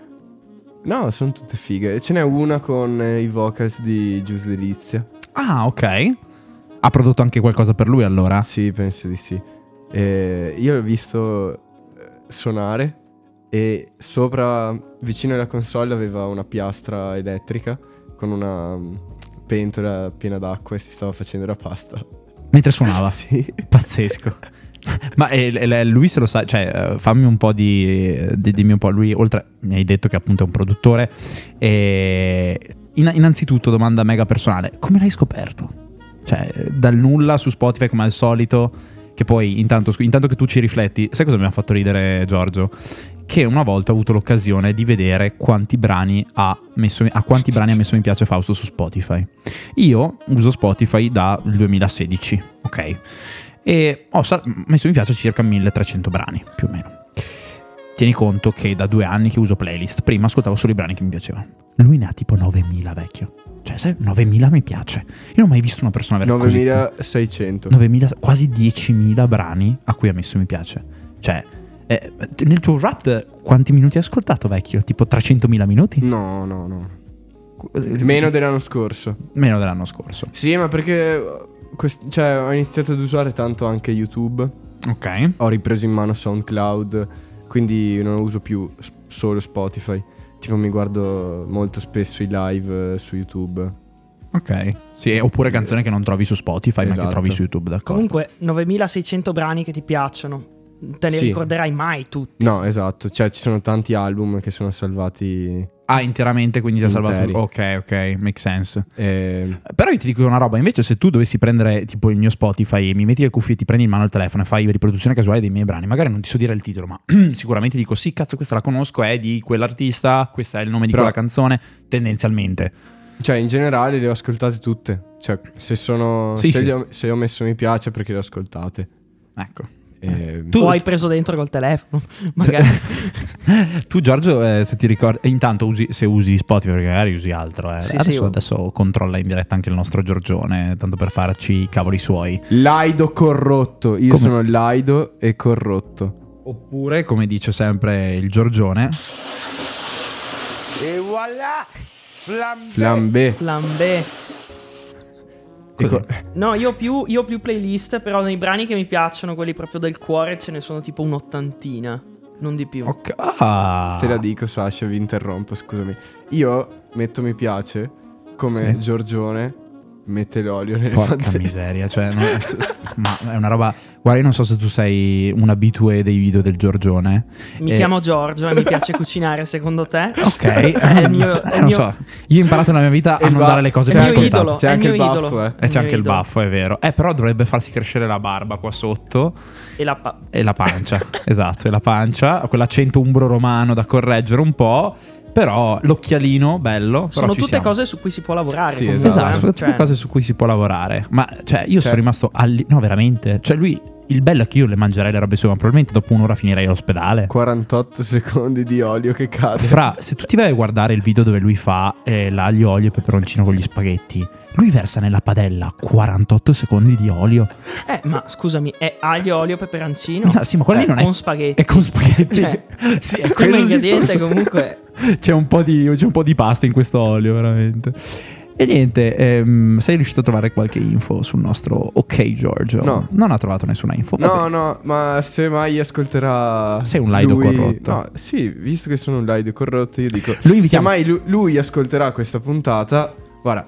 No, sono tutte fighe. Ce n'è una con eh, i vocals di Gius Delizia. Ah, ok. Ha prodotto anche qualcosa per lui allora? Sì, penso di sì. E io l'ho visto eh, suonare e sopra, vicino alla console, aveva una piastra elettrica con una mm, pentola piena d'acqua e si stava facendo la pasta. Mentre suonava? Sì. Pazzesco. Ma eh, eh, lui se lo sa, cioè eh, fammi un po' di, di dimmi un po', lui oltre mi hai detto che appunto è un produttore, e in, innanzitutto domanda mega personale, come l'hai scoperto? Cioè dal nulla su Spotify come al solito, che poi intanto, intanto che tu ci rifletti, sai cosa mi ha fatto ridere Giorgio? Che una volta ho avuto l'occasione di vedere quanti brani ha messo, a quanti brani ha messo mi piace Fausto su Spotify. Io uso Spotify dal duemilasedici, ok? E ho messo mi piace circa milletrecento brani, più o meno. Tieni conto che da due anni che uso playlist, prima ascoltavo solo i brani che mi piacevano. Lui ne ha tipo novemila, vecchio. Cioè, sai, novemila mi piace. Io non ho mai visto una persona avere così novemilaseicento. novemila, quasi diecimila brani a cui ha messo mi piace. Cioè, eh, nel tuo rap quanti minuti hai ascoltato, vecchio? Tipo trecentomila minuti? No, no, no. Meno dell'anno scorso. Meno dell'anno scorso. Sì, ma perché quest- cioè, ho iniziato ad usare tanto anche YouTube. Ok. Ho ripreso in mano SoundCloud, quindi non uso più s- solo Spotify. Tipo mi guardo molto spesso i live su YouTube. Ok. Sì, oppure canzoni che non trovi su Spotify, esatto. ma che trovi su YouTube, d'accordo. Comunque novemilaseicento brani che ti piacciono, te ne Sì. ricorderai mai tutti. No, esatto. Cioè ci sono tanti album che sono salvati. Ah, interamente, quindi ti ha salvato. Interi. Ok, ok, make sense. E... Però io ti dico una roba, invece se tu dovessi prendere tipo il mio Spotify e mi metti le cuffie e ti prendi in mano il telefono e fai riproduzione casuale dei miei brani, magari non ti so dire il titolo, ma sicuramente dico sì, cazzo, questa la conosco, è di quell'artista, questo è il nome di Però- quella canzone, tendenzialmente. Cioè in generale le ho ascoltate tutte. Cioè se sono Sì, se, sì. le ho, se ho messo mi piace perché le ho ascoltate. Ecco. E... Tu- O hai preso dentro col telefono, magari. Tu Giorgio, eh, se ti ricordi, intanto usi, se usi Spotify, perché magari usi altro, eh. Sì, adesso, sì, oh. adesso controlla in diretta anche il nostro Giorgione, tanto per farci i cavoli suoi. Laido corrotto. Io Come? sono laido e corrotto. Oppure, come dice sempre il Giorgione, E voilà, flambé. Flambé. Flambé. così. Ecco, No, io ho più, io ho più playlist, però nei brani che mi piacciono, quelli proprio del cuore, ce ne sono tipo un'ottantina, non di più. ok. Ah. te la dico Sasha, vi interrompo, scusami. Io metto mi piace come Sì. Giorgione mette l'olio nelle Porca pantene. miseria, cioè, no, tu- ma è una roba. Guarda, io non so se tu sei un abitué dei video del Giorgione. Mi Eh, chiamo Giorgio e mi piace cucinare, secondo te? Ok, È il mio- è Eh, il non mio- so. Io ho imparato nella mia vita E a il non ba- dare le cose È per il mio scontate. idolo. C'è è anche il il mio baffo, idolo. eh. E c'è Il mio anche il idolo. baffo, è vero. Eh, però dovrebbe farsi crescere la barba qua sotto E la pa- e la pancia. Esatto, e la pancia. Quell'accento umbro-romano da correggere un po'. Però l'occhialino, bello. però Sono ci tutte siamo. cose su cui si può lavorare. Sì, comunque, Esatto, eh. sono tutte Cioè, cose su cui si può lavorare. Ma cioè, io Cioè- sono rimasto alli... No, veramente. Cioè, lui. Il bello è che io le mangerei le robe sue, ma probabilmente dopo un'ora finirei all'ospedale. quarantotto secondi di olio che cade. Fra, se tu ti vai a guardare il video dove lui fa eh, l'aglio, olio e peperoncino con gli spaghetti, lui versa nella padella quarantotto secondi di olio. Eh, ma scusami, è aglio, olio, peperoncino? No, sì, ma quello lì Eh, non è- con spaghetti. È con spaghetti. Cioè, sì, il quello primo il ingrediente discorso. comunque. C'è un, po' di, c'è un po' di pasta in questo olio, veramente. E niente, ehm, sei riuscito a trovare qualche info sul nostro Ok Giorgio? No. Non ha trovato nessuna info. No, vabbè. no, ma se mai ascolterà. Sei un laido lui- corrotto. No, sì, visto che sono un laido corrotto, io dico. Lo invitiamo- Se mai lu- lui ascolterà questa puntata, guarda,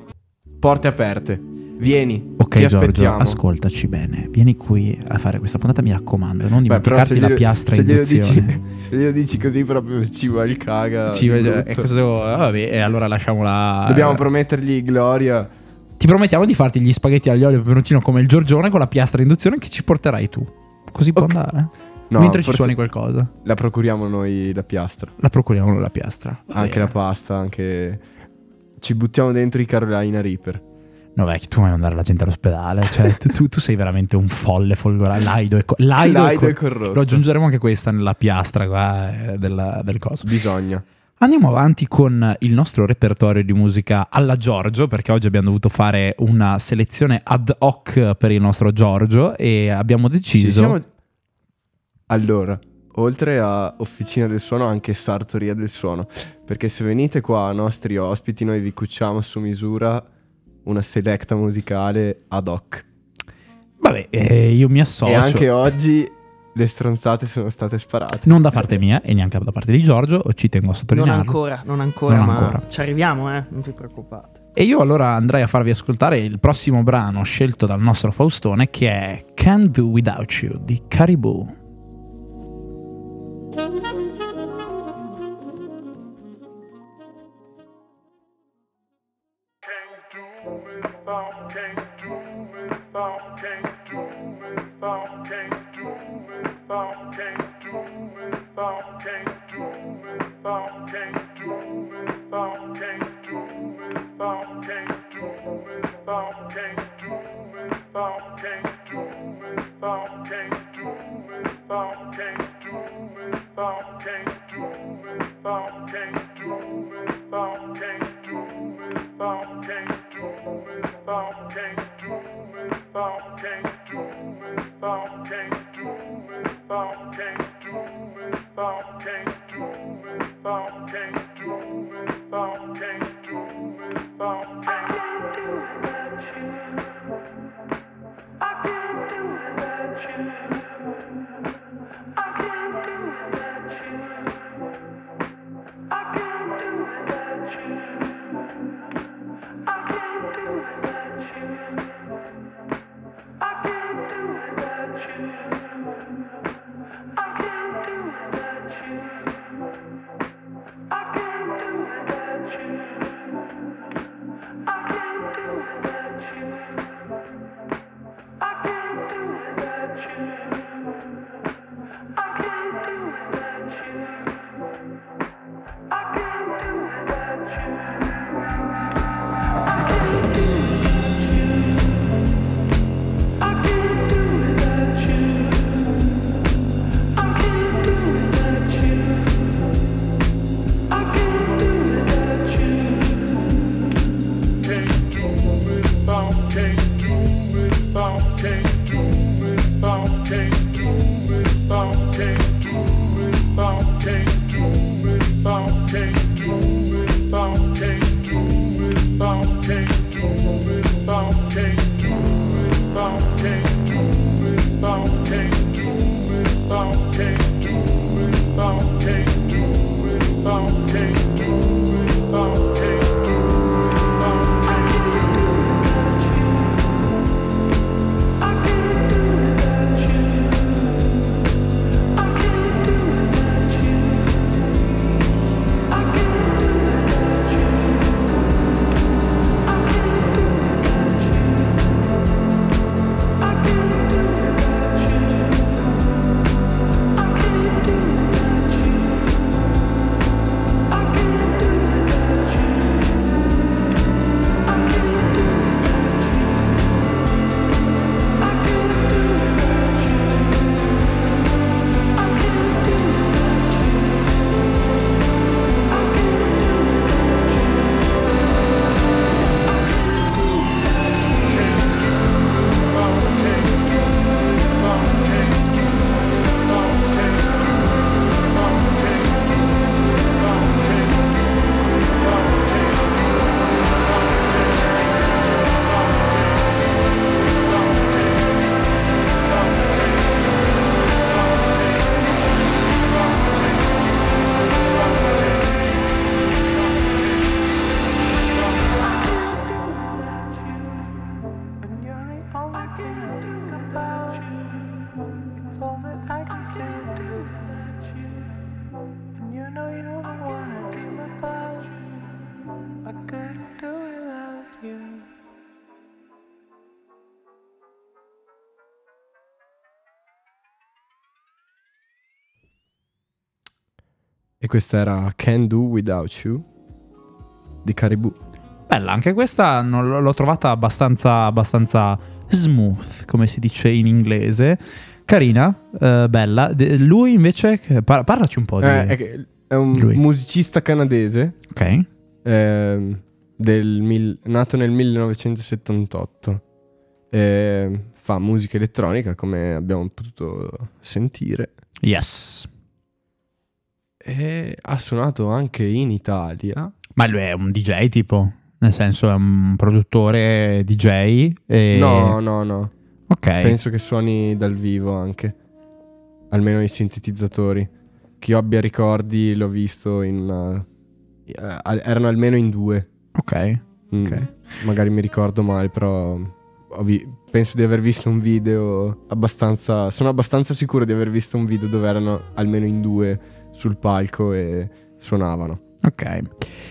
porte aperte. Vieni, Ok ti Giorgio, aspettiamo. ascoltaci bene. Vieni qui a fare questa puntata, mi raccomando. Non Beh, però dimenticarti se la glielo- piastra se glielo induzione. dici, se glielo dici così proprio ci va il caga. Ci di vede- brutto. e cosa devo- ah, vabbè, e allora lasciamola. Dobbiamo promettergli gloria. Ti promettiamo di farti gli spaghetti aglio, olio e peperoncino come il Giorgione con la piastra induzione che ci porterai tu. Così può Ok. andare. No, Mentre ci forse suoni qualcosa. la procuriamo noi la piastra. La procuriamo noi la piastra. Va Anche bene. la pasta, anche. Ci buttiamo dentro i Carolina Reaper. No, vecchio, tu vuoi mandare la gente all'ospedale. Cioè, tu, tu- tu sei veramente un folle folgorale. Laido e, co- laido Laido e e co- corrotto. Lo aggiungeremo anche questa nella piastra qua, eh, della- del coso. Bisogna. Andiamo avanti con il nostro repertorio di musica alla Giorgio, perché oggi abbiamo dovuto fare una selezione ad hoc per il nostro Giorgio e abbiamo Sì, deciso... siamo- Allora, oltre a Officina del Suono, anche Sartoria del Suono. Perché se venite qua nostri ospiti, noi vi cuciamo su misura una selecta musicale ad hoc. Vabbè, eh, io mi associo. E anche oggi le stronzate sono state sparate. Non da parte mia e neanche da parte di Giorgio, ci tengo a Non sottolinearlo. ancora, non ancora, Non ma ancora. ci arriviamo, eh, non vi preoccupate. E io allora andrei a farvi ascoltare il prossimo brano scelto dal nostro Faustone, che è Can't Do Without You di Caribou. E questa era Can't Do Without You di Caribou. Bella, anche questa non l- l'ho trovata abbastanza, abbastanza smooth, come si dice in inglese. Carina, eh, bella. De- lui invece, par- parlaci un po' di Eh, è, è un lui. musicista canadese, Ok. eh, del mil- nato nel millenovecentosettantotto. Eh, fa musica elettronica, come abbiamo potuto sentire. Yes. E ha suonato anche in Italia. Ma lui è un D J tipo? Nel senso è un produttore D J? E... No, no, no. Ok. Penso che suoni dal vivo anche. Almeno i sintetizzatori. Che io abbia ricordi, l'ho visto in una... eh, erano almeno in due. Ok. Mm, Ok. Magari mi ricordo male, però ho vi- penso di aver visto un video abbastanza... Sono abbastanza sicuro di aver visto un video dove erano almeno in due sul palco e suonavano. Ok.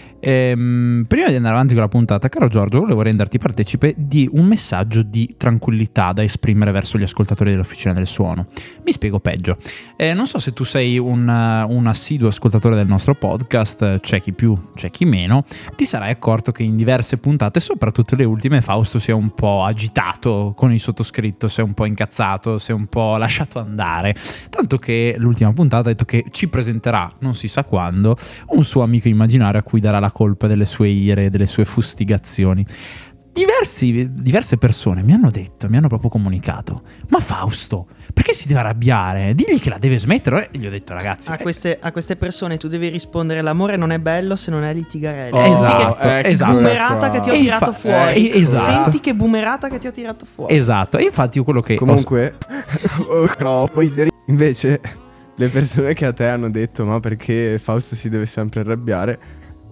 Ehm, prima di andare avanti con la puntata, caro Giorgio, volevo renderti partecipe di un messaggio di tranquillità da esprimere verso gli ascoltatori dell'Officina del Suono. Mi spiego peggio. Eh, non so se tu sei un, un assiduo ascoltatore del nostro podcast, c'è chi più, c'è chi meno, ti sarai accorto che in diverse puntate, soprattutto le ultime, Fausto si è un po' agitato con il sottoscritto, si è un po' incazzato, si è un po' lasciato andare, tanto che l'ultima puntata ha detto che ci presenterà, non si sa quando, un suo amico immaginario a cui darà la colpa delle sue ire, delle sue fustigazioni. Diversi, diverse persone mi hanno detto, mi hanno proprio comunicato: ma Fausto, perché si deve arrabbiare? Digli che la deve smettere. E gli ho detto: ragazzi, A eh, queste, a queste persone tu devi rispondere: l'amore non è bello se non è litigarelli. Oh, Senti che esatto, esatto. boomerata che ti ho E tirato infa- fuori. eh, esatto. Senti che boomerata che ti ho tirato fuori. esatto. E infatti io quello che ho- Comunque, oh, no, poi- invece le persone che a te hanno detto ma perché Fausto si deve sempre arrabbiare,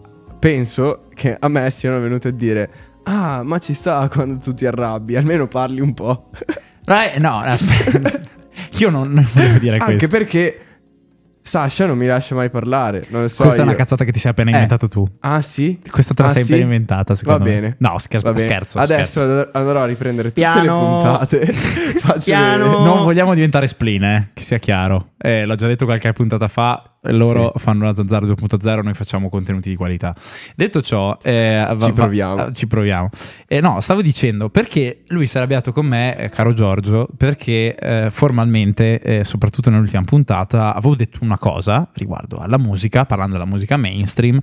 penso che a me siano venute a dire: ah, ma ci sta quando tu ti arrabbi, almeno parli un po'. Eh, no, aspetta. Io non, non volevo dire Anche questo. perché Sasha non mi lascia mai parlare, non lo so. Questa è io. una cazzata che ti sei appena Eh. inventato tu. Ah sì? Questa te la Ah, sei sì? appena inventata, secondo Va me. bene. No, scherzo, Va bene. scherzo. Adesso scherzo. andrò a riprendere tutte Piano. le puntate. Faccio Piano. le- Non vogliamo diventare spleen, eh, che sia chiaro. Eh, l'ho già detto qualche puntata fa. Loro Sì. fanno la Zanzara due punto zero, noi facciamo contenuti di qualità. Detto ciò, eh, va- Ci va- proviamo. eh, ci proviamo. Eh, no, stavo dicendo perché lui si è arrabbiato con me, eh, caro Giorgio, perché eh, formalmente, eh, soprattutto nell'ultima puntata, avevo detto una cosa riguardo alla musica, parlando della musica mainstream.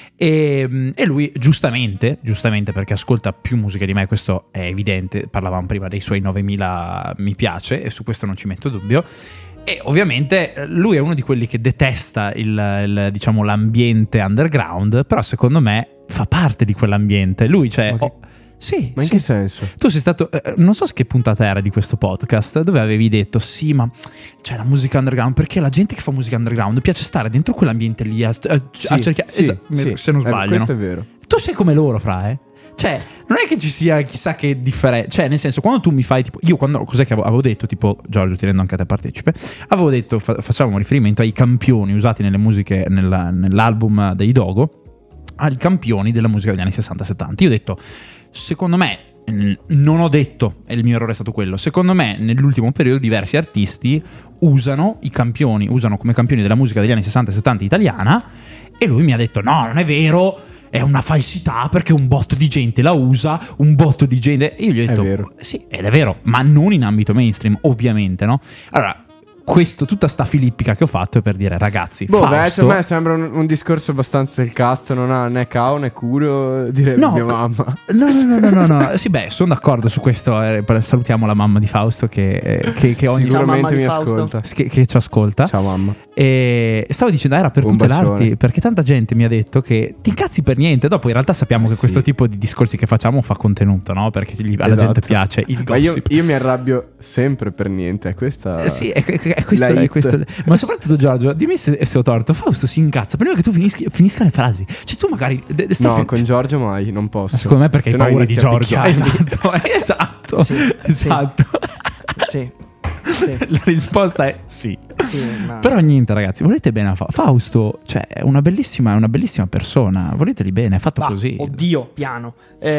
E, e lui giustamente, giustamente perché ascolta più musica di me, questo è evidente, parlavamo prima dei suoi novemila mi piace e su questo non ci metto dubbio. E ovviamente eh, lui è uno di quelli che detesta il, il, diciamo, l'ambiente underground, però secondo me fa parte di quell'ambiente. Lui, cioè, Ma che- oh, sì, Ma in sì. che senso? Tu sei stato, eh, non so che puntata era di questo podcast, dove avevi detto sì, ma c'è la musica underground, perché la gente che fa musica underground piace stare dentro quell'ambiente lì a, a- a cercare, sì, esa- sì. se non Eh, sbaglio, questo no? è vero. Tu sei come loro, fra, eh? Cioè, non è che ci sia chissà che differenza. Cioè, nel senso, quando tu mi fai tipo. Io quando. Cos'è che avevo, avevo detto? Tipo, Giorgio, ti rendo anche a te partecipe. Avevo detto, fa, facciamo riferimento ai campioni usati nelle musiche, nella- nell'album dei Dogo, ai campioni della musica degli anni sessanta settanta. Io ho detto, secondo me. mm, Non ho detto, e il mio errore è stato quello. Secondo me, nell'ultimo periodo, diversi artisti usano i campioni, usano come campioni della musica degli anni sessanta settanta italiana. E lui mi ha detto: no, non è vero. È una falsità perché un botto di gente la usa, un botto di gente. E io gli ho È detto: vero. sì, ed è vero, ma non in ambito mainstream, ovviamente, no? Allora, questo, tutta sta filippica che ho fatto è per dire, ragazzi, Boh, beh, Fausto, a me sembra un, un discorso abbastanza del cazzo, non ha né cao né culo, direbbe No, mia co- mamma. No, no, no, no, no, no. Sì, beh, sono d'accordo su questo. eh, salutiamo la mamma di Fausto che, eh, che, che ogni Ciao, mamma Sicuramente di mi Fausto. ascolta. che, che ci ascolta. Ciao mamma. E stavo dicendo, era per Un tutelarti, bacione. perché tanta gente mi ha detto che ti incazzi per niente. Dopo in realtà sappiamo Ah, che sì. questo tipo di discorsi che facciamo fa contenuto, no? Perché gli- alla Esatto. gente piace il Ma io, gossip. io mi arrabbio sempre per niente, è questa... Eh, sì, è, è- è questo, la è hit. questo. Ma soprattutto Giorgio, dimmi se, se ho torto. Fausto si incazza prima che tu finischi, finisca le frasi. Cioè tu magari de- de- stai No, fi- con Giorgio mai, non posso. secondo me perché hai Se no paura di inizia a Giorgio. picchiarmi. Esatto, esatto. Sì, sì. esatto. Sì, sì, La risposta è sì. sì, ma- Però niente, ragazzi, volete bene a Fa- Fausto, cioè è una bellissima, è una bellissima persona. Voleteli bene, è fatto Bah, così. Oddio, piano.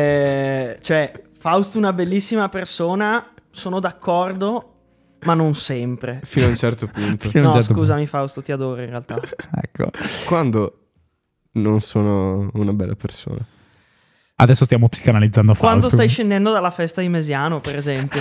Eh, cioè, Fausto una bellissima persona, sono d'accordo, ma non sempre. Fino a un certo punto. Fino a un No, certo scusami Fausto, ti adoro in realtà. Ecco. Quando non sono una bella persona. Adesso stiamo psicanalizzando Fausto. Quando stai scendendo dalla festa di Mesiano, per esempio.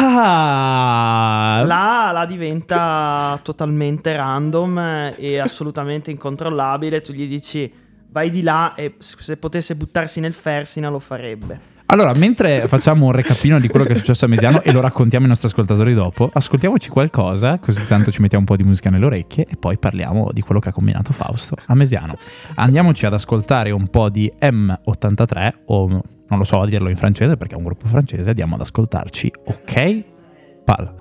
Ah! Là la diventa totalmente random eh, e assolutamente incontrollabile. Tu gli dici vai di là e se potesse buttarsi nel Fersina lo farebbe. Allora, mentre facciamo un recapino di quello che è successo a Mesiano e lo raccontiamo ai nostri ascoltatori dopo, ascoltiamoci qualcosa, così tanto ci mettiamo un po' di musica nelle orecchie e poi parliamo di quello che ha combinato Fausto a Mesiano. Andiamoci ad ascoltare un po' di M ottantatré, o non lo so a dirlo in francese perché è un gruppo francese, andiamo ad ascoltarci Ok Pal.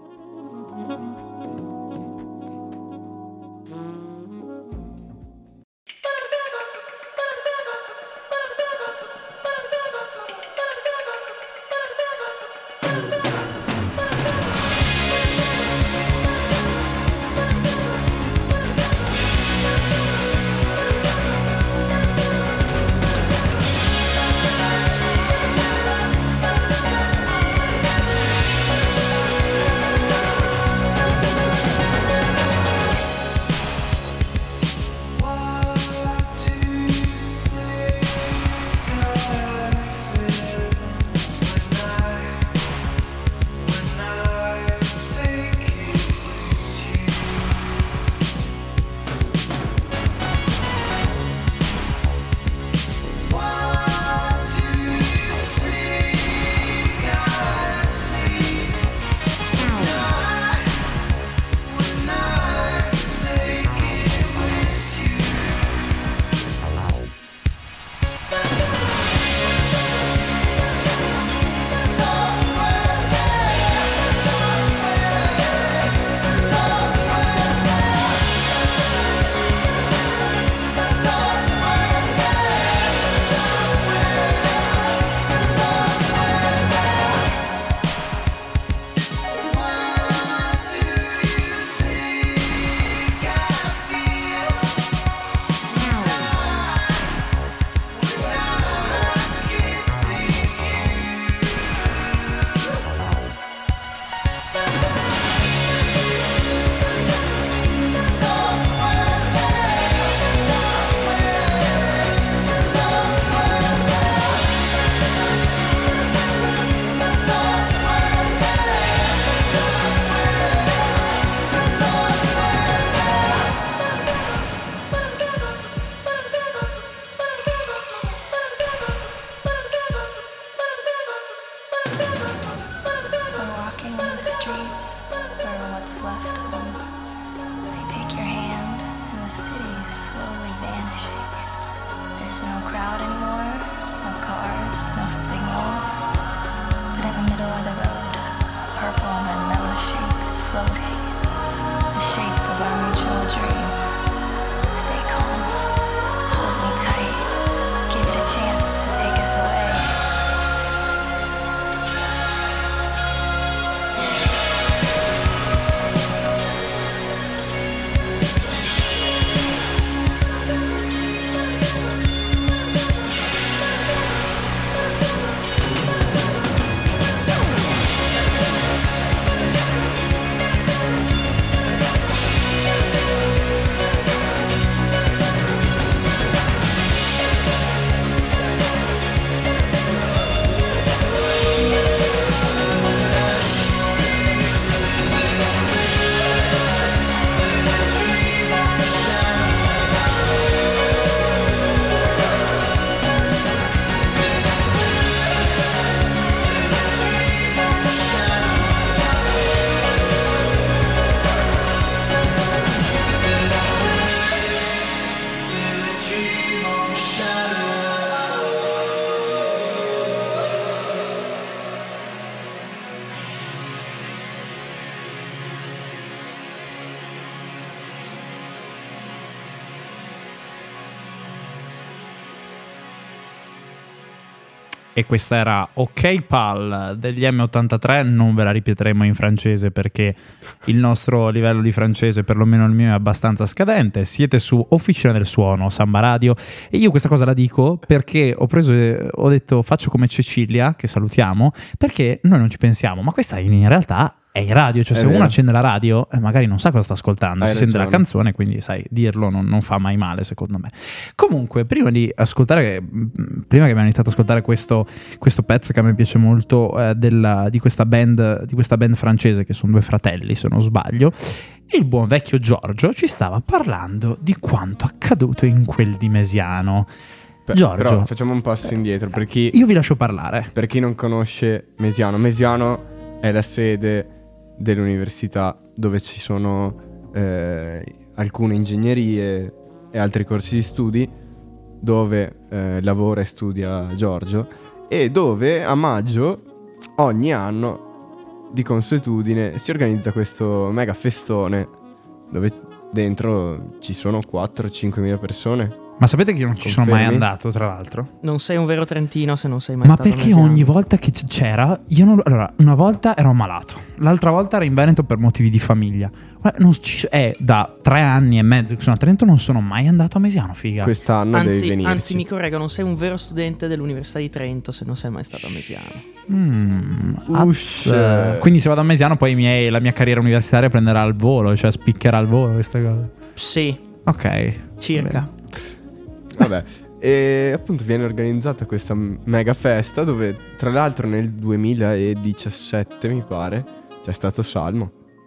e questa era OK Pal degli M ottantatré. Non ve la ripeteremo in francese perché il nostro livello di francese, perlomeno il mio, è abbastanza scadente. Siete su Officina del Suono, Samba Radio, e io questa cosa la dico perché ho preso, ho detto faccio come Cecilia, che salutiamo, perché noi non ci pensiamo, ma questa in realtà è in radio, cioè È se vero. uno accende la radio eh, magari non sa cosa sta ascoltando, Hai si sente la ragione. canzone, quindi sai, dirlo non, non fa mai male secondo me. Comunque, prima di ascoltare, mh, prima che abbiamo iniziato ad ascoltare questo, questo pezzo che a me piace molto, eh, della, di questa band, di questa band francese, che sono due fratelli se non sbaglio, il buon vecchio Giorgio ci stava parlando di quanto accaduto in quel di Mesiano. Pe- Giorgio, Però facciamo un passo indietro per chi, io vi lascio parlare. per chi non conosce Mesiano. Mesiano è la sede dell'università dove ci sono eh, alcune ingegnerie e altri corsi di studi, dove eh, lavora e studia Giorgio, e dove a maggio ogni anno di consuetudine si organizza questo mega festone dove dentro ci sono quattro cinque mila persone. Ma sapete che io non ci sono mai Confermi? andato, tra l'altro? Non sei un vero trentino se non sei mai Ma stato a perché Mesiano. ogni volta che c- c'era, io non, allora, una volta ero ammalato, l'altra volta ero in Veneto per motivi di famiglia. Guarda, non ci- è da tre anni e mezzo che sono a Trento, non sono mai andato a Mesiano, figa. Quest'anno devi Anzi, venirci. anzi, mi correggo, non sei un vero studente dell'Università di Trento se non sei mai stato a Mesiano. Mm, Ush. azz. Quindi se vado a Mesiano poi i miei- la mia carriera universitaria prenderà il volo, cioè spiccherà il volo queste cose. Sì, Ok. circa. Bene. Vabbè, e appunto viene organizzata questa m- mega festa dove tra l'altro nel duemiladiciassette mi pare c'è stato Salmo.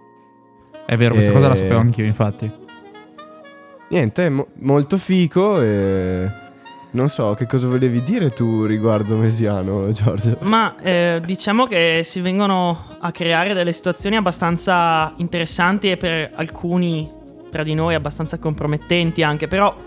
È vero, questa E- cosa la sapevo anch'io, infatti. Niente, è mo- molto fico e non so che cosa volevi dire tu riguardo Mesiano, Giorgio. Ma eh, diciamo che si vengono a creare delle situazioni abbastanza interessanti e per alcuni tra di noi abbastanza compromettenti anche, però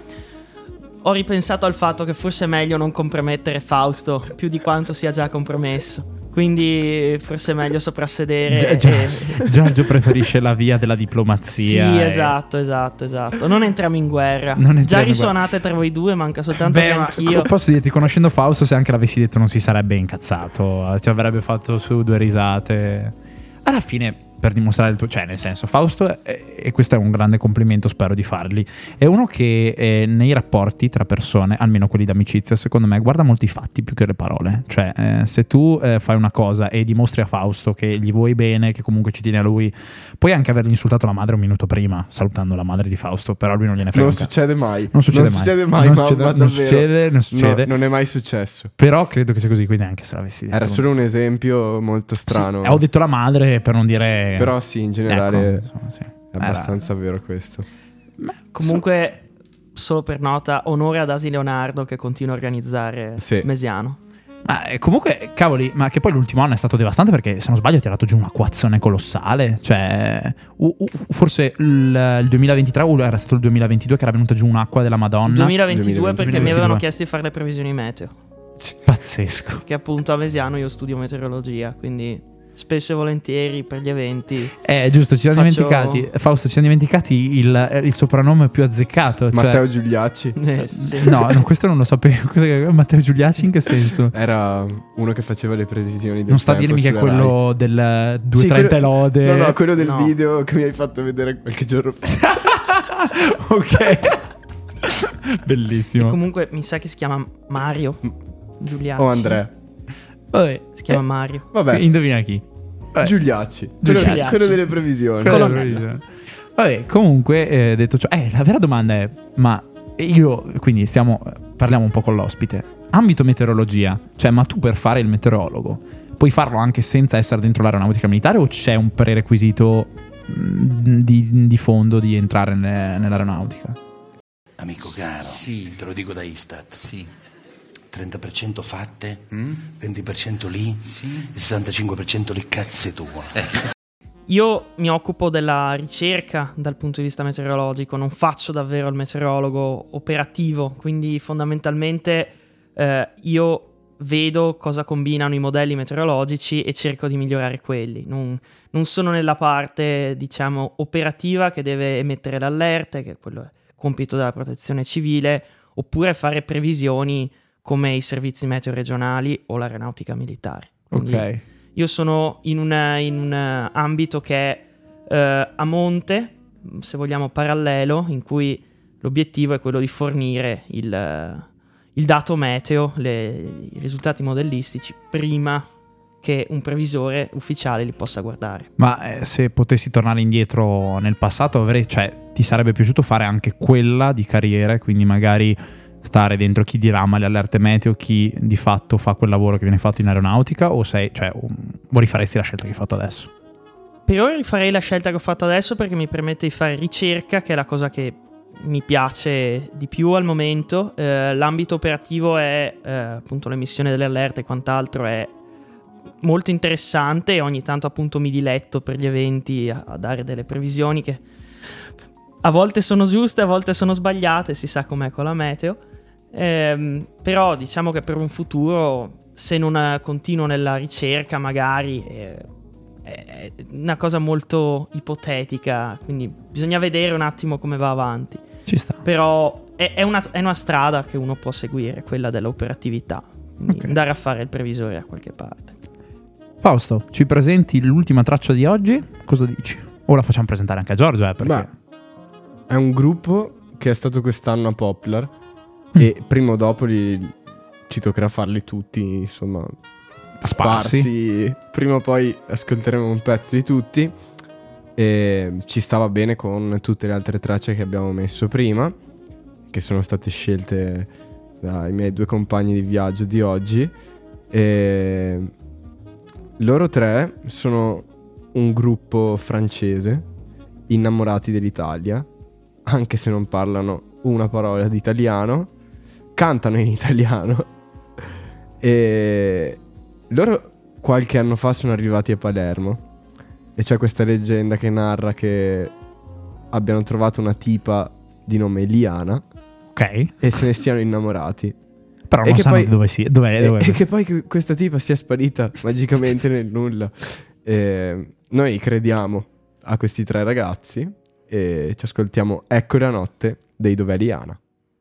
ho ripensato al fatto che forse è meglio non compromettere Fausto più di quanto sia già compromesso. Quindi forse è meglio soprassedere. Gi- Gi- Giorgio preferisce la via della diplomazia. Sì, e- esatto, esatto, esatto. Non entriamo in guerra. Non entriamo Già in guerra. risuonate tra voi due, manca soltanto Beh, che ma anch'io. co- posso dirti, conoscendo Fausto, se anche l'avessi detto non si sarebbe incazzato, ci avrebbe fatto su due risate. Alla fine, per dimostrare il tuo, cioè nel senso, Fausto, è- e questo è un grande complimento, spero di fargli, è uno che eh, nei rapporti tra persone, almeno quelli d'amicizia, secondo me guarda molto i fatti più che le parole. Cioè eh, se tu eh, fai una cosa e dimostri a Fausto che gli vuoi bene, che comunque ci tieni a lui, puoi anche avergli insultato la madre un minuto prima salutando la madre di Fausto, però a lui non gliene frega Non un cazzo. succede mai. Non succede mai. succede mai, Non ma, succede- ma non davvero. succede, non succede. No, non è mai successo. Però credo che sia così, quindi anche se l'avessi detto. Era solo un esempio molto strano. Sì, ho detto la madre per non dire. Però sì, in generale Ecco, insomma, sì. è abbastanza vero questo. Era- Comunque, solo per nota, onore ad Asi Leonardo che continua a organizzare Sì. Mesiano. Ma eh, comunque, cavoli, ma che poi l'ultimo anno è stato devastante perché, se non sbaglio, ha tirato giù un'acquazione colossale. Cioè, u- u- forse il, il duemilaventitré o era stato il duemilaventidue che era venuta giù un'acqua della Madonna. duemilaventidue perché mi duemilaventidue. avevano chiesto di fare le previsioni meteo. Pazzesco. Che appunto a Mesiano io studio meteorologia, quindi spesso e volentieri per gli eventi. Eh, giusto, ci siamo Faccio- dimenticati. Fausto, ci siamo dimenticati il, il soprannome più azzeccato. Cioè... Matteo Giuliacci Eh, sì. No, no, questo non lo sapevo. Cos'è- Matteo Giuliacci in che senso? era uno che faceva le previsioni del Non sta a tempo dirmi che è sulla Rai. quello del due Sì, trenta quello- lode. No, no, quello del No. video che mi hai fatto vedere qualche giorno fa. Ok. Bellissimo. Comunque mi sa che si chiama Mario Giuliacci. O Andrea. Vabbè, Si chiama eh, Mario. Vabbè, indovina chi? Vabbè. Giuliacci. Quello, Giuliacci. quello delle previsioni. Quello Colonnello. del- Vabbè, comunque, eh, detto ciò, eh, la vera domanda è: ma io, quindi stiamo, parliamo un po' con l'ospite. Ambito meteorologia, cioè, ma tu per fare il meteorologo puoi farlo anche senza essere dentro l'aeronautica militare o c'è un prerequisito mh, di, di fondo di entrare ne- nell'aeronautica? Amico caro, Sì. te lo dico da Istat, Sì. trenta per cento fatte, Mm? venti per cento lì, Sì. sessantacinque per cento lì, cazzo tua. Io mi occupo della ricerca dal punto di vista meteorologico, non faccio davvero il meteorologo operativo, quindi fondamentalmente eh, io vedo cosa combinano i modelli meteorologici e cerco di migliorare quelli. Non, non sono nella parte, diciamo, operativa che deve emettere le allerte, che quello è compito della protezione civile, oppure fare previsioni come i servizi meteo regionali o l'aeronautica militare. Quindi Ok. io sono in, una, in un ambito che è eh, a monte, se vogliamo parallelo, in cui l'obiettivo è quello di fornire il, il dato meteo, le, i risultati modellistici prima che un previsore ufficiale li possa guardare. Ma eh, se potessi tornare indietro nel passato, avrei, cioè, ti sarebbe piaciuto fare anche quella di carriera, quindi magari stare dentro chi dirama le allerte meteo, chi di fatto fa quel lavoro che viene fatto in aeronautica, o sei, cioè, o, o rifaresti la scelta che hai fatto adesso? Per ora rifarei la scelta che ho fatto adesso perché mi permette di fare ricerca, che è la cosa che mi piace di più al momento. Eh, l'ambito operativo è eh, appunto l'emissione delle allerte e quant'altro è molto interessante, e ogni tanto appunto mi diletto per gli eventi a, a dare delle previsioni che a volte sono giuste, a volte sono sbagliate, si sa com'è con la meteo. Ehm, però diciamo che per un futuro, se non eh, continuo nella ricerca magari eh, è una cosa molto ipotetica, quindi bisogna vedere un attimo come va avanti. Ci sta. Però è, è, una, è una strada che uno può seguire, quella dell'operatività, quindi Ok. andare a fare il previsore a qualche parte. Fausto, ci presenti l'ultima traccia di oggi? Cosa dici? O la facciamo presentare anche a Giorgia, eh, perché... Beh, è un gruppo che è stato quest'anno a Poplar Mm. e prima o dopo li, ci toccherà farli tutti, insomma, Sparsi. sparsi. Prima o poi ascolteremo un pezzo di tutti, e ci stava bene con tutte le altre tracce che abbiamo messo prima, che sono state scelte dai miei due compagni di viaggio di oggi. E loro tre sono un gruppo francese, innamorati dell'Italia, anche se non parlano una parola di italiano, cantano in italiano. E loro qualche anno fa sono arrivati a Palermo, e c'è questa leggenda che narra che abbiano trovato una tipa di nome Eliana Ok. e se ne siano innamorati. Però E non che sanno poi- di dove sia. Dov'è, E, dov'è? e che poi che questa tipa sia sparita magicamente nel nulla. E noi crediamo a questi tre ragazzi e ci ascoltiamo Ecco la notte dei Dov'è Liana.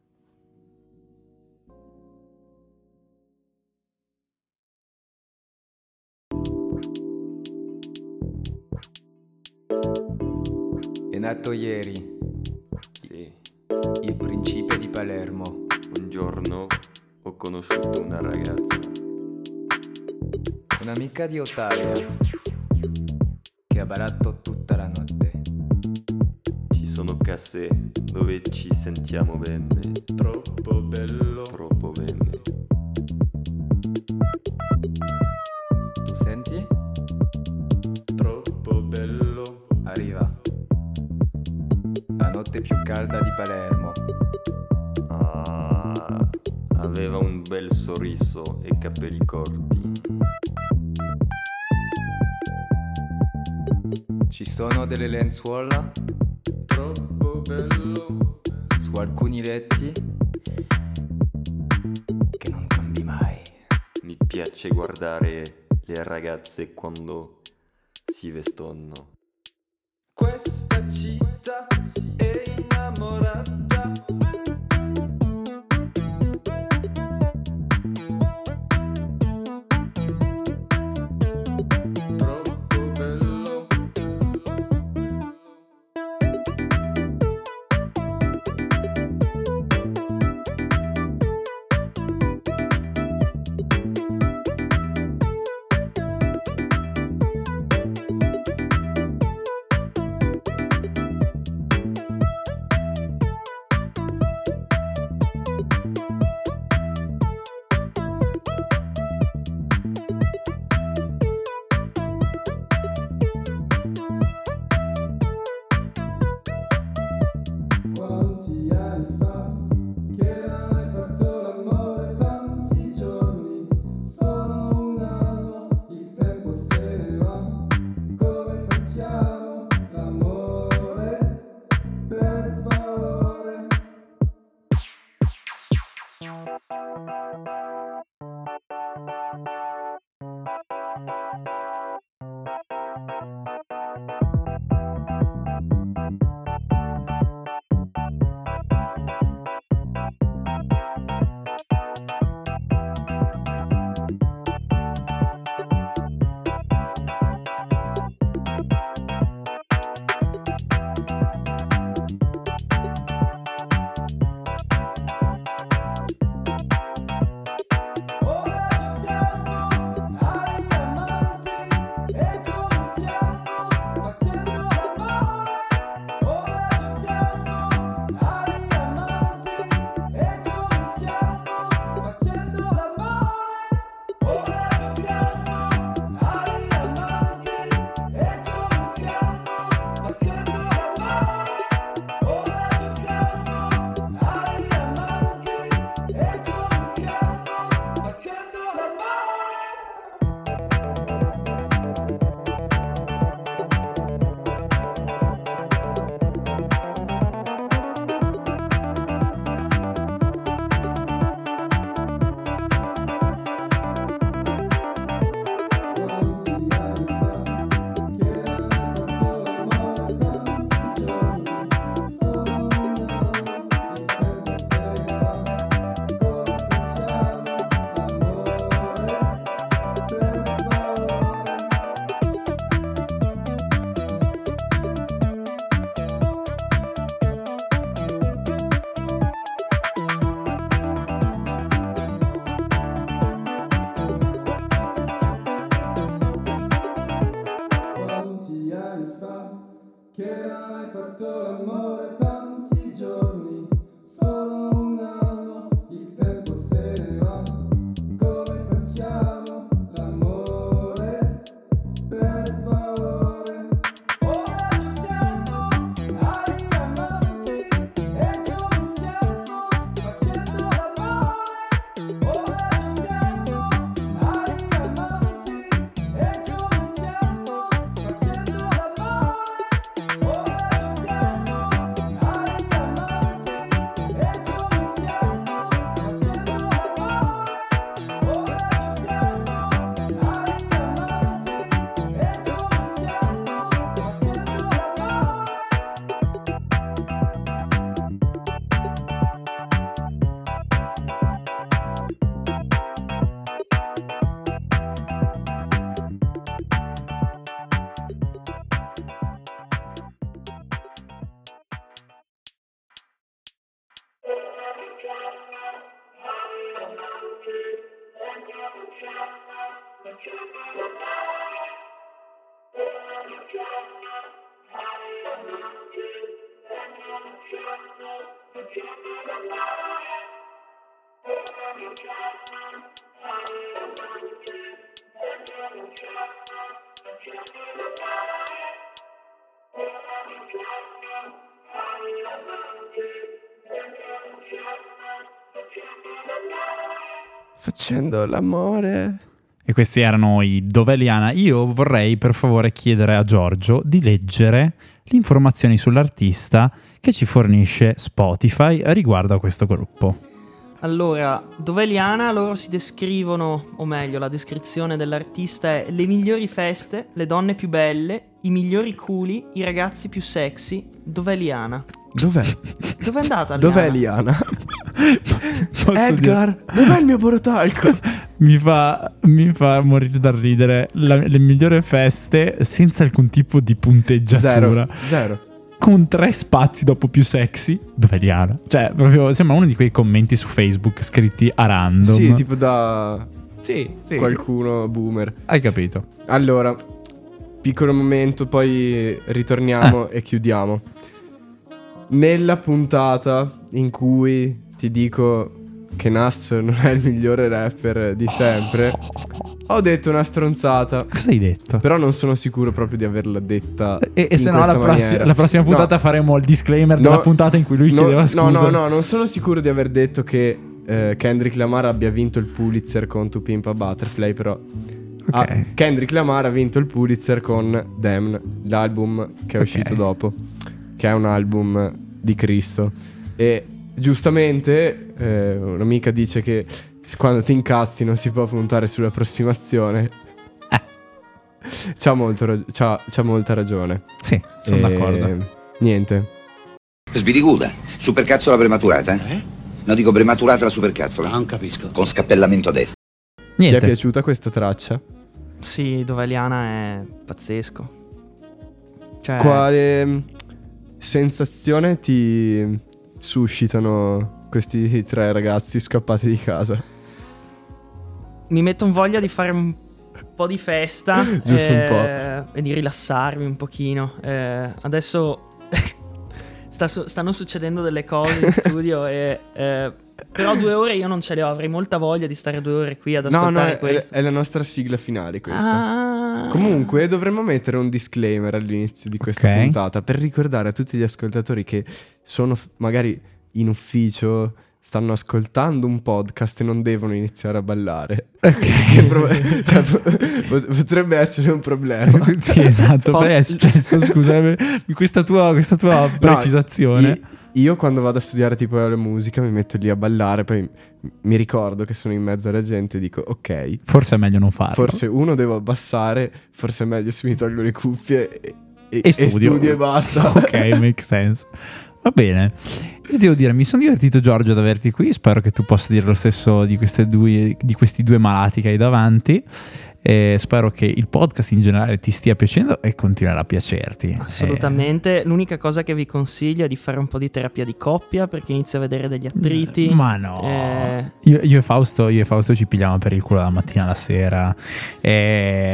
È nato ieri, Sì, il principe di Palermo. un giorno ho conosciuto una ragazza. Un'amica di Ottavia che ha ballato tutta la notte. Ci sono case dove ci sentiamo bene, Troppo bello. troppo bene. Tu senti? Troppo bello. Arriva la notte più calda di Palermo. Ah, aveva un bel sorriso e capelli corti. Ci sono delle lenzuola troppo bello su alcuni letti che non cambi mai. Mi piace guardare le ragazze quando si vestono. Questa città è innamorata. Troppo bello. Che non hai fatto l'amore tanti giorni, solo un anno, il tempo se ne va. Come facciamo l'amore per favore? Ora giochiamo ai amanti e cominciamo facendo l'amore. Ora giochiamo ai amanti e cominciamo facendo l'amore. Facendo l'amore. E questi erano i Dov'è Liana. Io vorrei per favore chiedere a Giorgio di leggere le informazioni sull'artista che ci fornisce Spotify riguardo a questo gruppo. Allora, Dov'è Liana? Loro si descrivono, o meglio, la descrizione dell'artista è: le migliori feste, le donne più belle, i migliori culi, i ragazzi più sexy. Dov'è Liana? Dov'è? Dov'è andata Liana? Dov'è Liana? Posso Edgar, dire... dov'è il mio borotalco? mi, fa, mi fa morire dal ridere. La, le migliori feste senza alcun tipo di punteggiatura. Zero, zero. Con tre spazi dopo più sexy. Dov'è Liana? Cioè, proprio sembra uno di quei commenti su Facebook scritti a random. Sì, tipo da sì, sì. qualcuno boomer. Hai capito? Allora, piccolo momento, poi ritorniamo eh. e chiudiamo. Nella puntata in cui ti dico che Nas non è il migliore rapper di sempre, ho detto una stronzata. Cosa hai detto? Però non sono sicuro proprio di averla detta. E, e se no la, prossi- la prossima puntata no. faremo il disclaimer no, della puntata in cui lui no, chiedeva scusa. No, no, no, non sono sicuro di aver detto che eh, Kendrick Lamar abbia vinto il Pulitzer con To Pimp a Butterfly, però okay. ah, Kendrick Lamar ha vinto il Pulitzer con Damn, l'album che è uscito okay. dopo, che è un album di Cristo. E giustamente eh, un'amica dice che quando ti incazzi non si può puntare sull'approssimazione. Eh. C'ha, molto rag- c'ha, c'ha molta ragione. Sì, sono e... d'accordo. Niente. Sviriguda, supercazzola prematurata? Eh? No, dico prematurata la supercazzola. Non capisco. Con scappellamento a destra. Niente. Ti è piaciuta questa traccia? Sì, Dov'è Liana è pazzesco. Cioè... Quale sensazione ti suscitano questi tre ragazzi scappati di casa? Mi metto in voglia di fare un po' di festa Giusto eh, un po'. e di rilassarmi un pochino. Eh, adesso sta su- stanno succedendo delle cose in studio e eh, però due ore io non ce le ho. Avrei molta voglia di stare due ore qui ad ascoltare no, no, è, questo. è la nostra sigla finale questa. Ah. Comunque dovremmo mettere un disclaimer all'inizio di questa okay. puntata per ricordare a tutti gli ascoltatori che sono f- magari in ufficio, stanno ascoltando un podcast e non devono iniziare a ballare. Okay. pro- cioè, pot- potrebbe essere un problema. Sì, esatto. Poi è successo, scusami, questa tua, questa tua precisazione. No, io, io quando vado a studiare tipo la musica mi metto lì a ballare, poi mi ricordo che sono in mezzo alla gente e dico ok, forse è meglio non farlo. Forse uno devo abbassare, forse è meglio se mi tolgo le cuffie e, e, e, studio. e studio e basta. Ok, make sense. Va bene. Io devo dire, mi sono divertito, Giorgio, ad averti qui. Spero che tu possa dire lo stesso di, queste due, di questi due malati che hai davanti. E spero che il podcast in generale ti stia piacendo e continuerà a piacerti. Assolutamente. Eh. L'unica cosa che vi consiglio è di fare un po' di terapia di coppia, perché inizia a vedere degli attriti. Ma no. Eh... Io, io, e Fausto, io e Fausto ci pigliamo per il culo dalla mattina alla sera. E...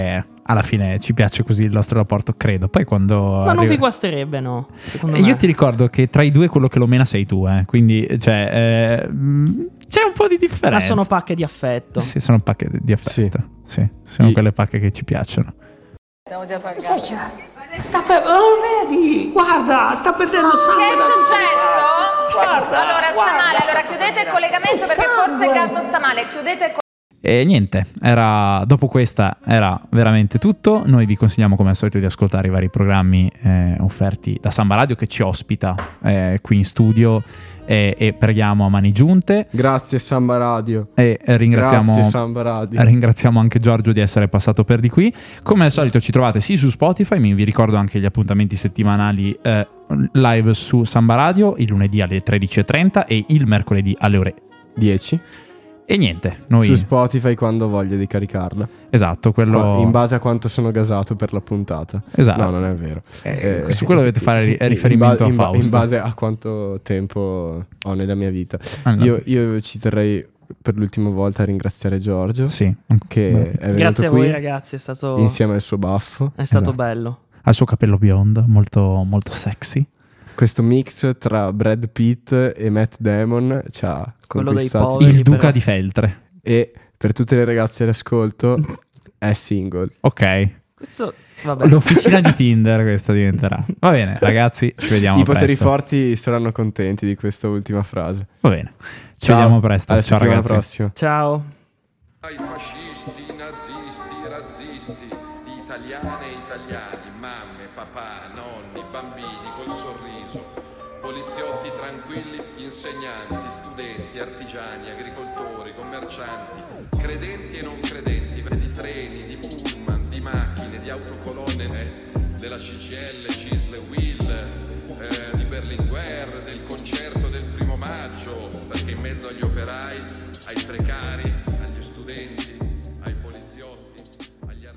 alla fine ci piace così il nostro rapporto, credo. Poi quando Ma non arriva... vi guasterebbe, no? Secondo Eh, me. Io ti ricordo che tra i due quello che lo mena sei tu, eh. Quindi cioè, eh, mh, c'è un po' di differenza. Ma sono pacche di affetto. Sì, sono pacche di affetto. Sì, sono Sì. quelle pacche che ci piacciono. Siamo già pagati. Sta per... Oh, vedi? Guarda, sta perdendo sangue. Che è successo? Guarda, allora sta guarda. male, allora chiudete il collegamento perché forse il gatto sta male. Chiudete il E niente, era, dopo questa era veramente tutto. Noi vi consigliamo come al solito di ascoltare i vari programmi eh, offerti da Samba Radio, che ci ospita eh, qui in studio, e, e preghiamo a mani giunte. Grazie Samba Radio. E eh, ringraziamo, Grazie Samba Radio. ringraziamo anche Giorgio di essere passato per di qui. Come al solito ci trovate sì su Spotify, mi vi ricordo anche gli appuntamenti settimanali eh, live su Samba Radio, il lunedì alle tredici e trenta e il mercoledì alle ore dieci. E niente, noi... Su Spotify quando ho voglia di caricarla. Esatto, quello... In base a quanto sono gasato per la puntata. Esatto. No, non è vero. Eh, su quello dovete fare ri- riferimento in ba- a Fausto. In base a quanto tempo ho nella mia vita. Ah, no. Io, io ci terrei per l'ultima volta a ringraziare Giorgio. Sì. Che Beh. è venuto Grazie a qui voi ragazzi, è stato... insieme al suo baffo. È stato Esatto. bello. Ha il suo capello biondo, molto, molto sexy. Questo mix tra Brad Pitt e Matt Damon ci ha Quello dei conquistato. poveri, Il duca però. di Feltre. E per tutte le ragazze all'ascolto è single. Ok. Questo... Vabbè. L'officina di Tinder questa diventerà. Va bene, ragazzi, ci vediamo I poteri presto. forti saranno contenti di questa ultima frase. Va bene. Ci Ciao. vediamo presto. Alla Ciao settimana ragazzi. prossima. Ciao. Ai fascisti, nazisti, razzisti, di italiane e italiani, mamme, papà, nonni, bambini col sorriso, poliziotti tranquilli, insegnanti, studenti, artigiani, agricoltori, commercianti, credenti e non credenti, di treni, di pullman, di macchine, di autocolonne, eh, della C G I L, C I S L, W I L, eh, di Berlinguer, del concerto del primo maggio, perché in mezzo agli operai, ai precari,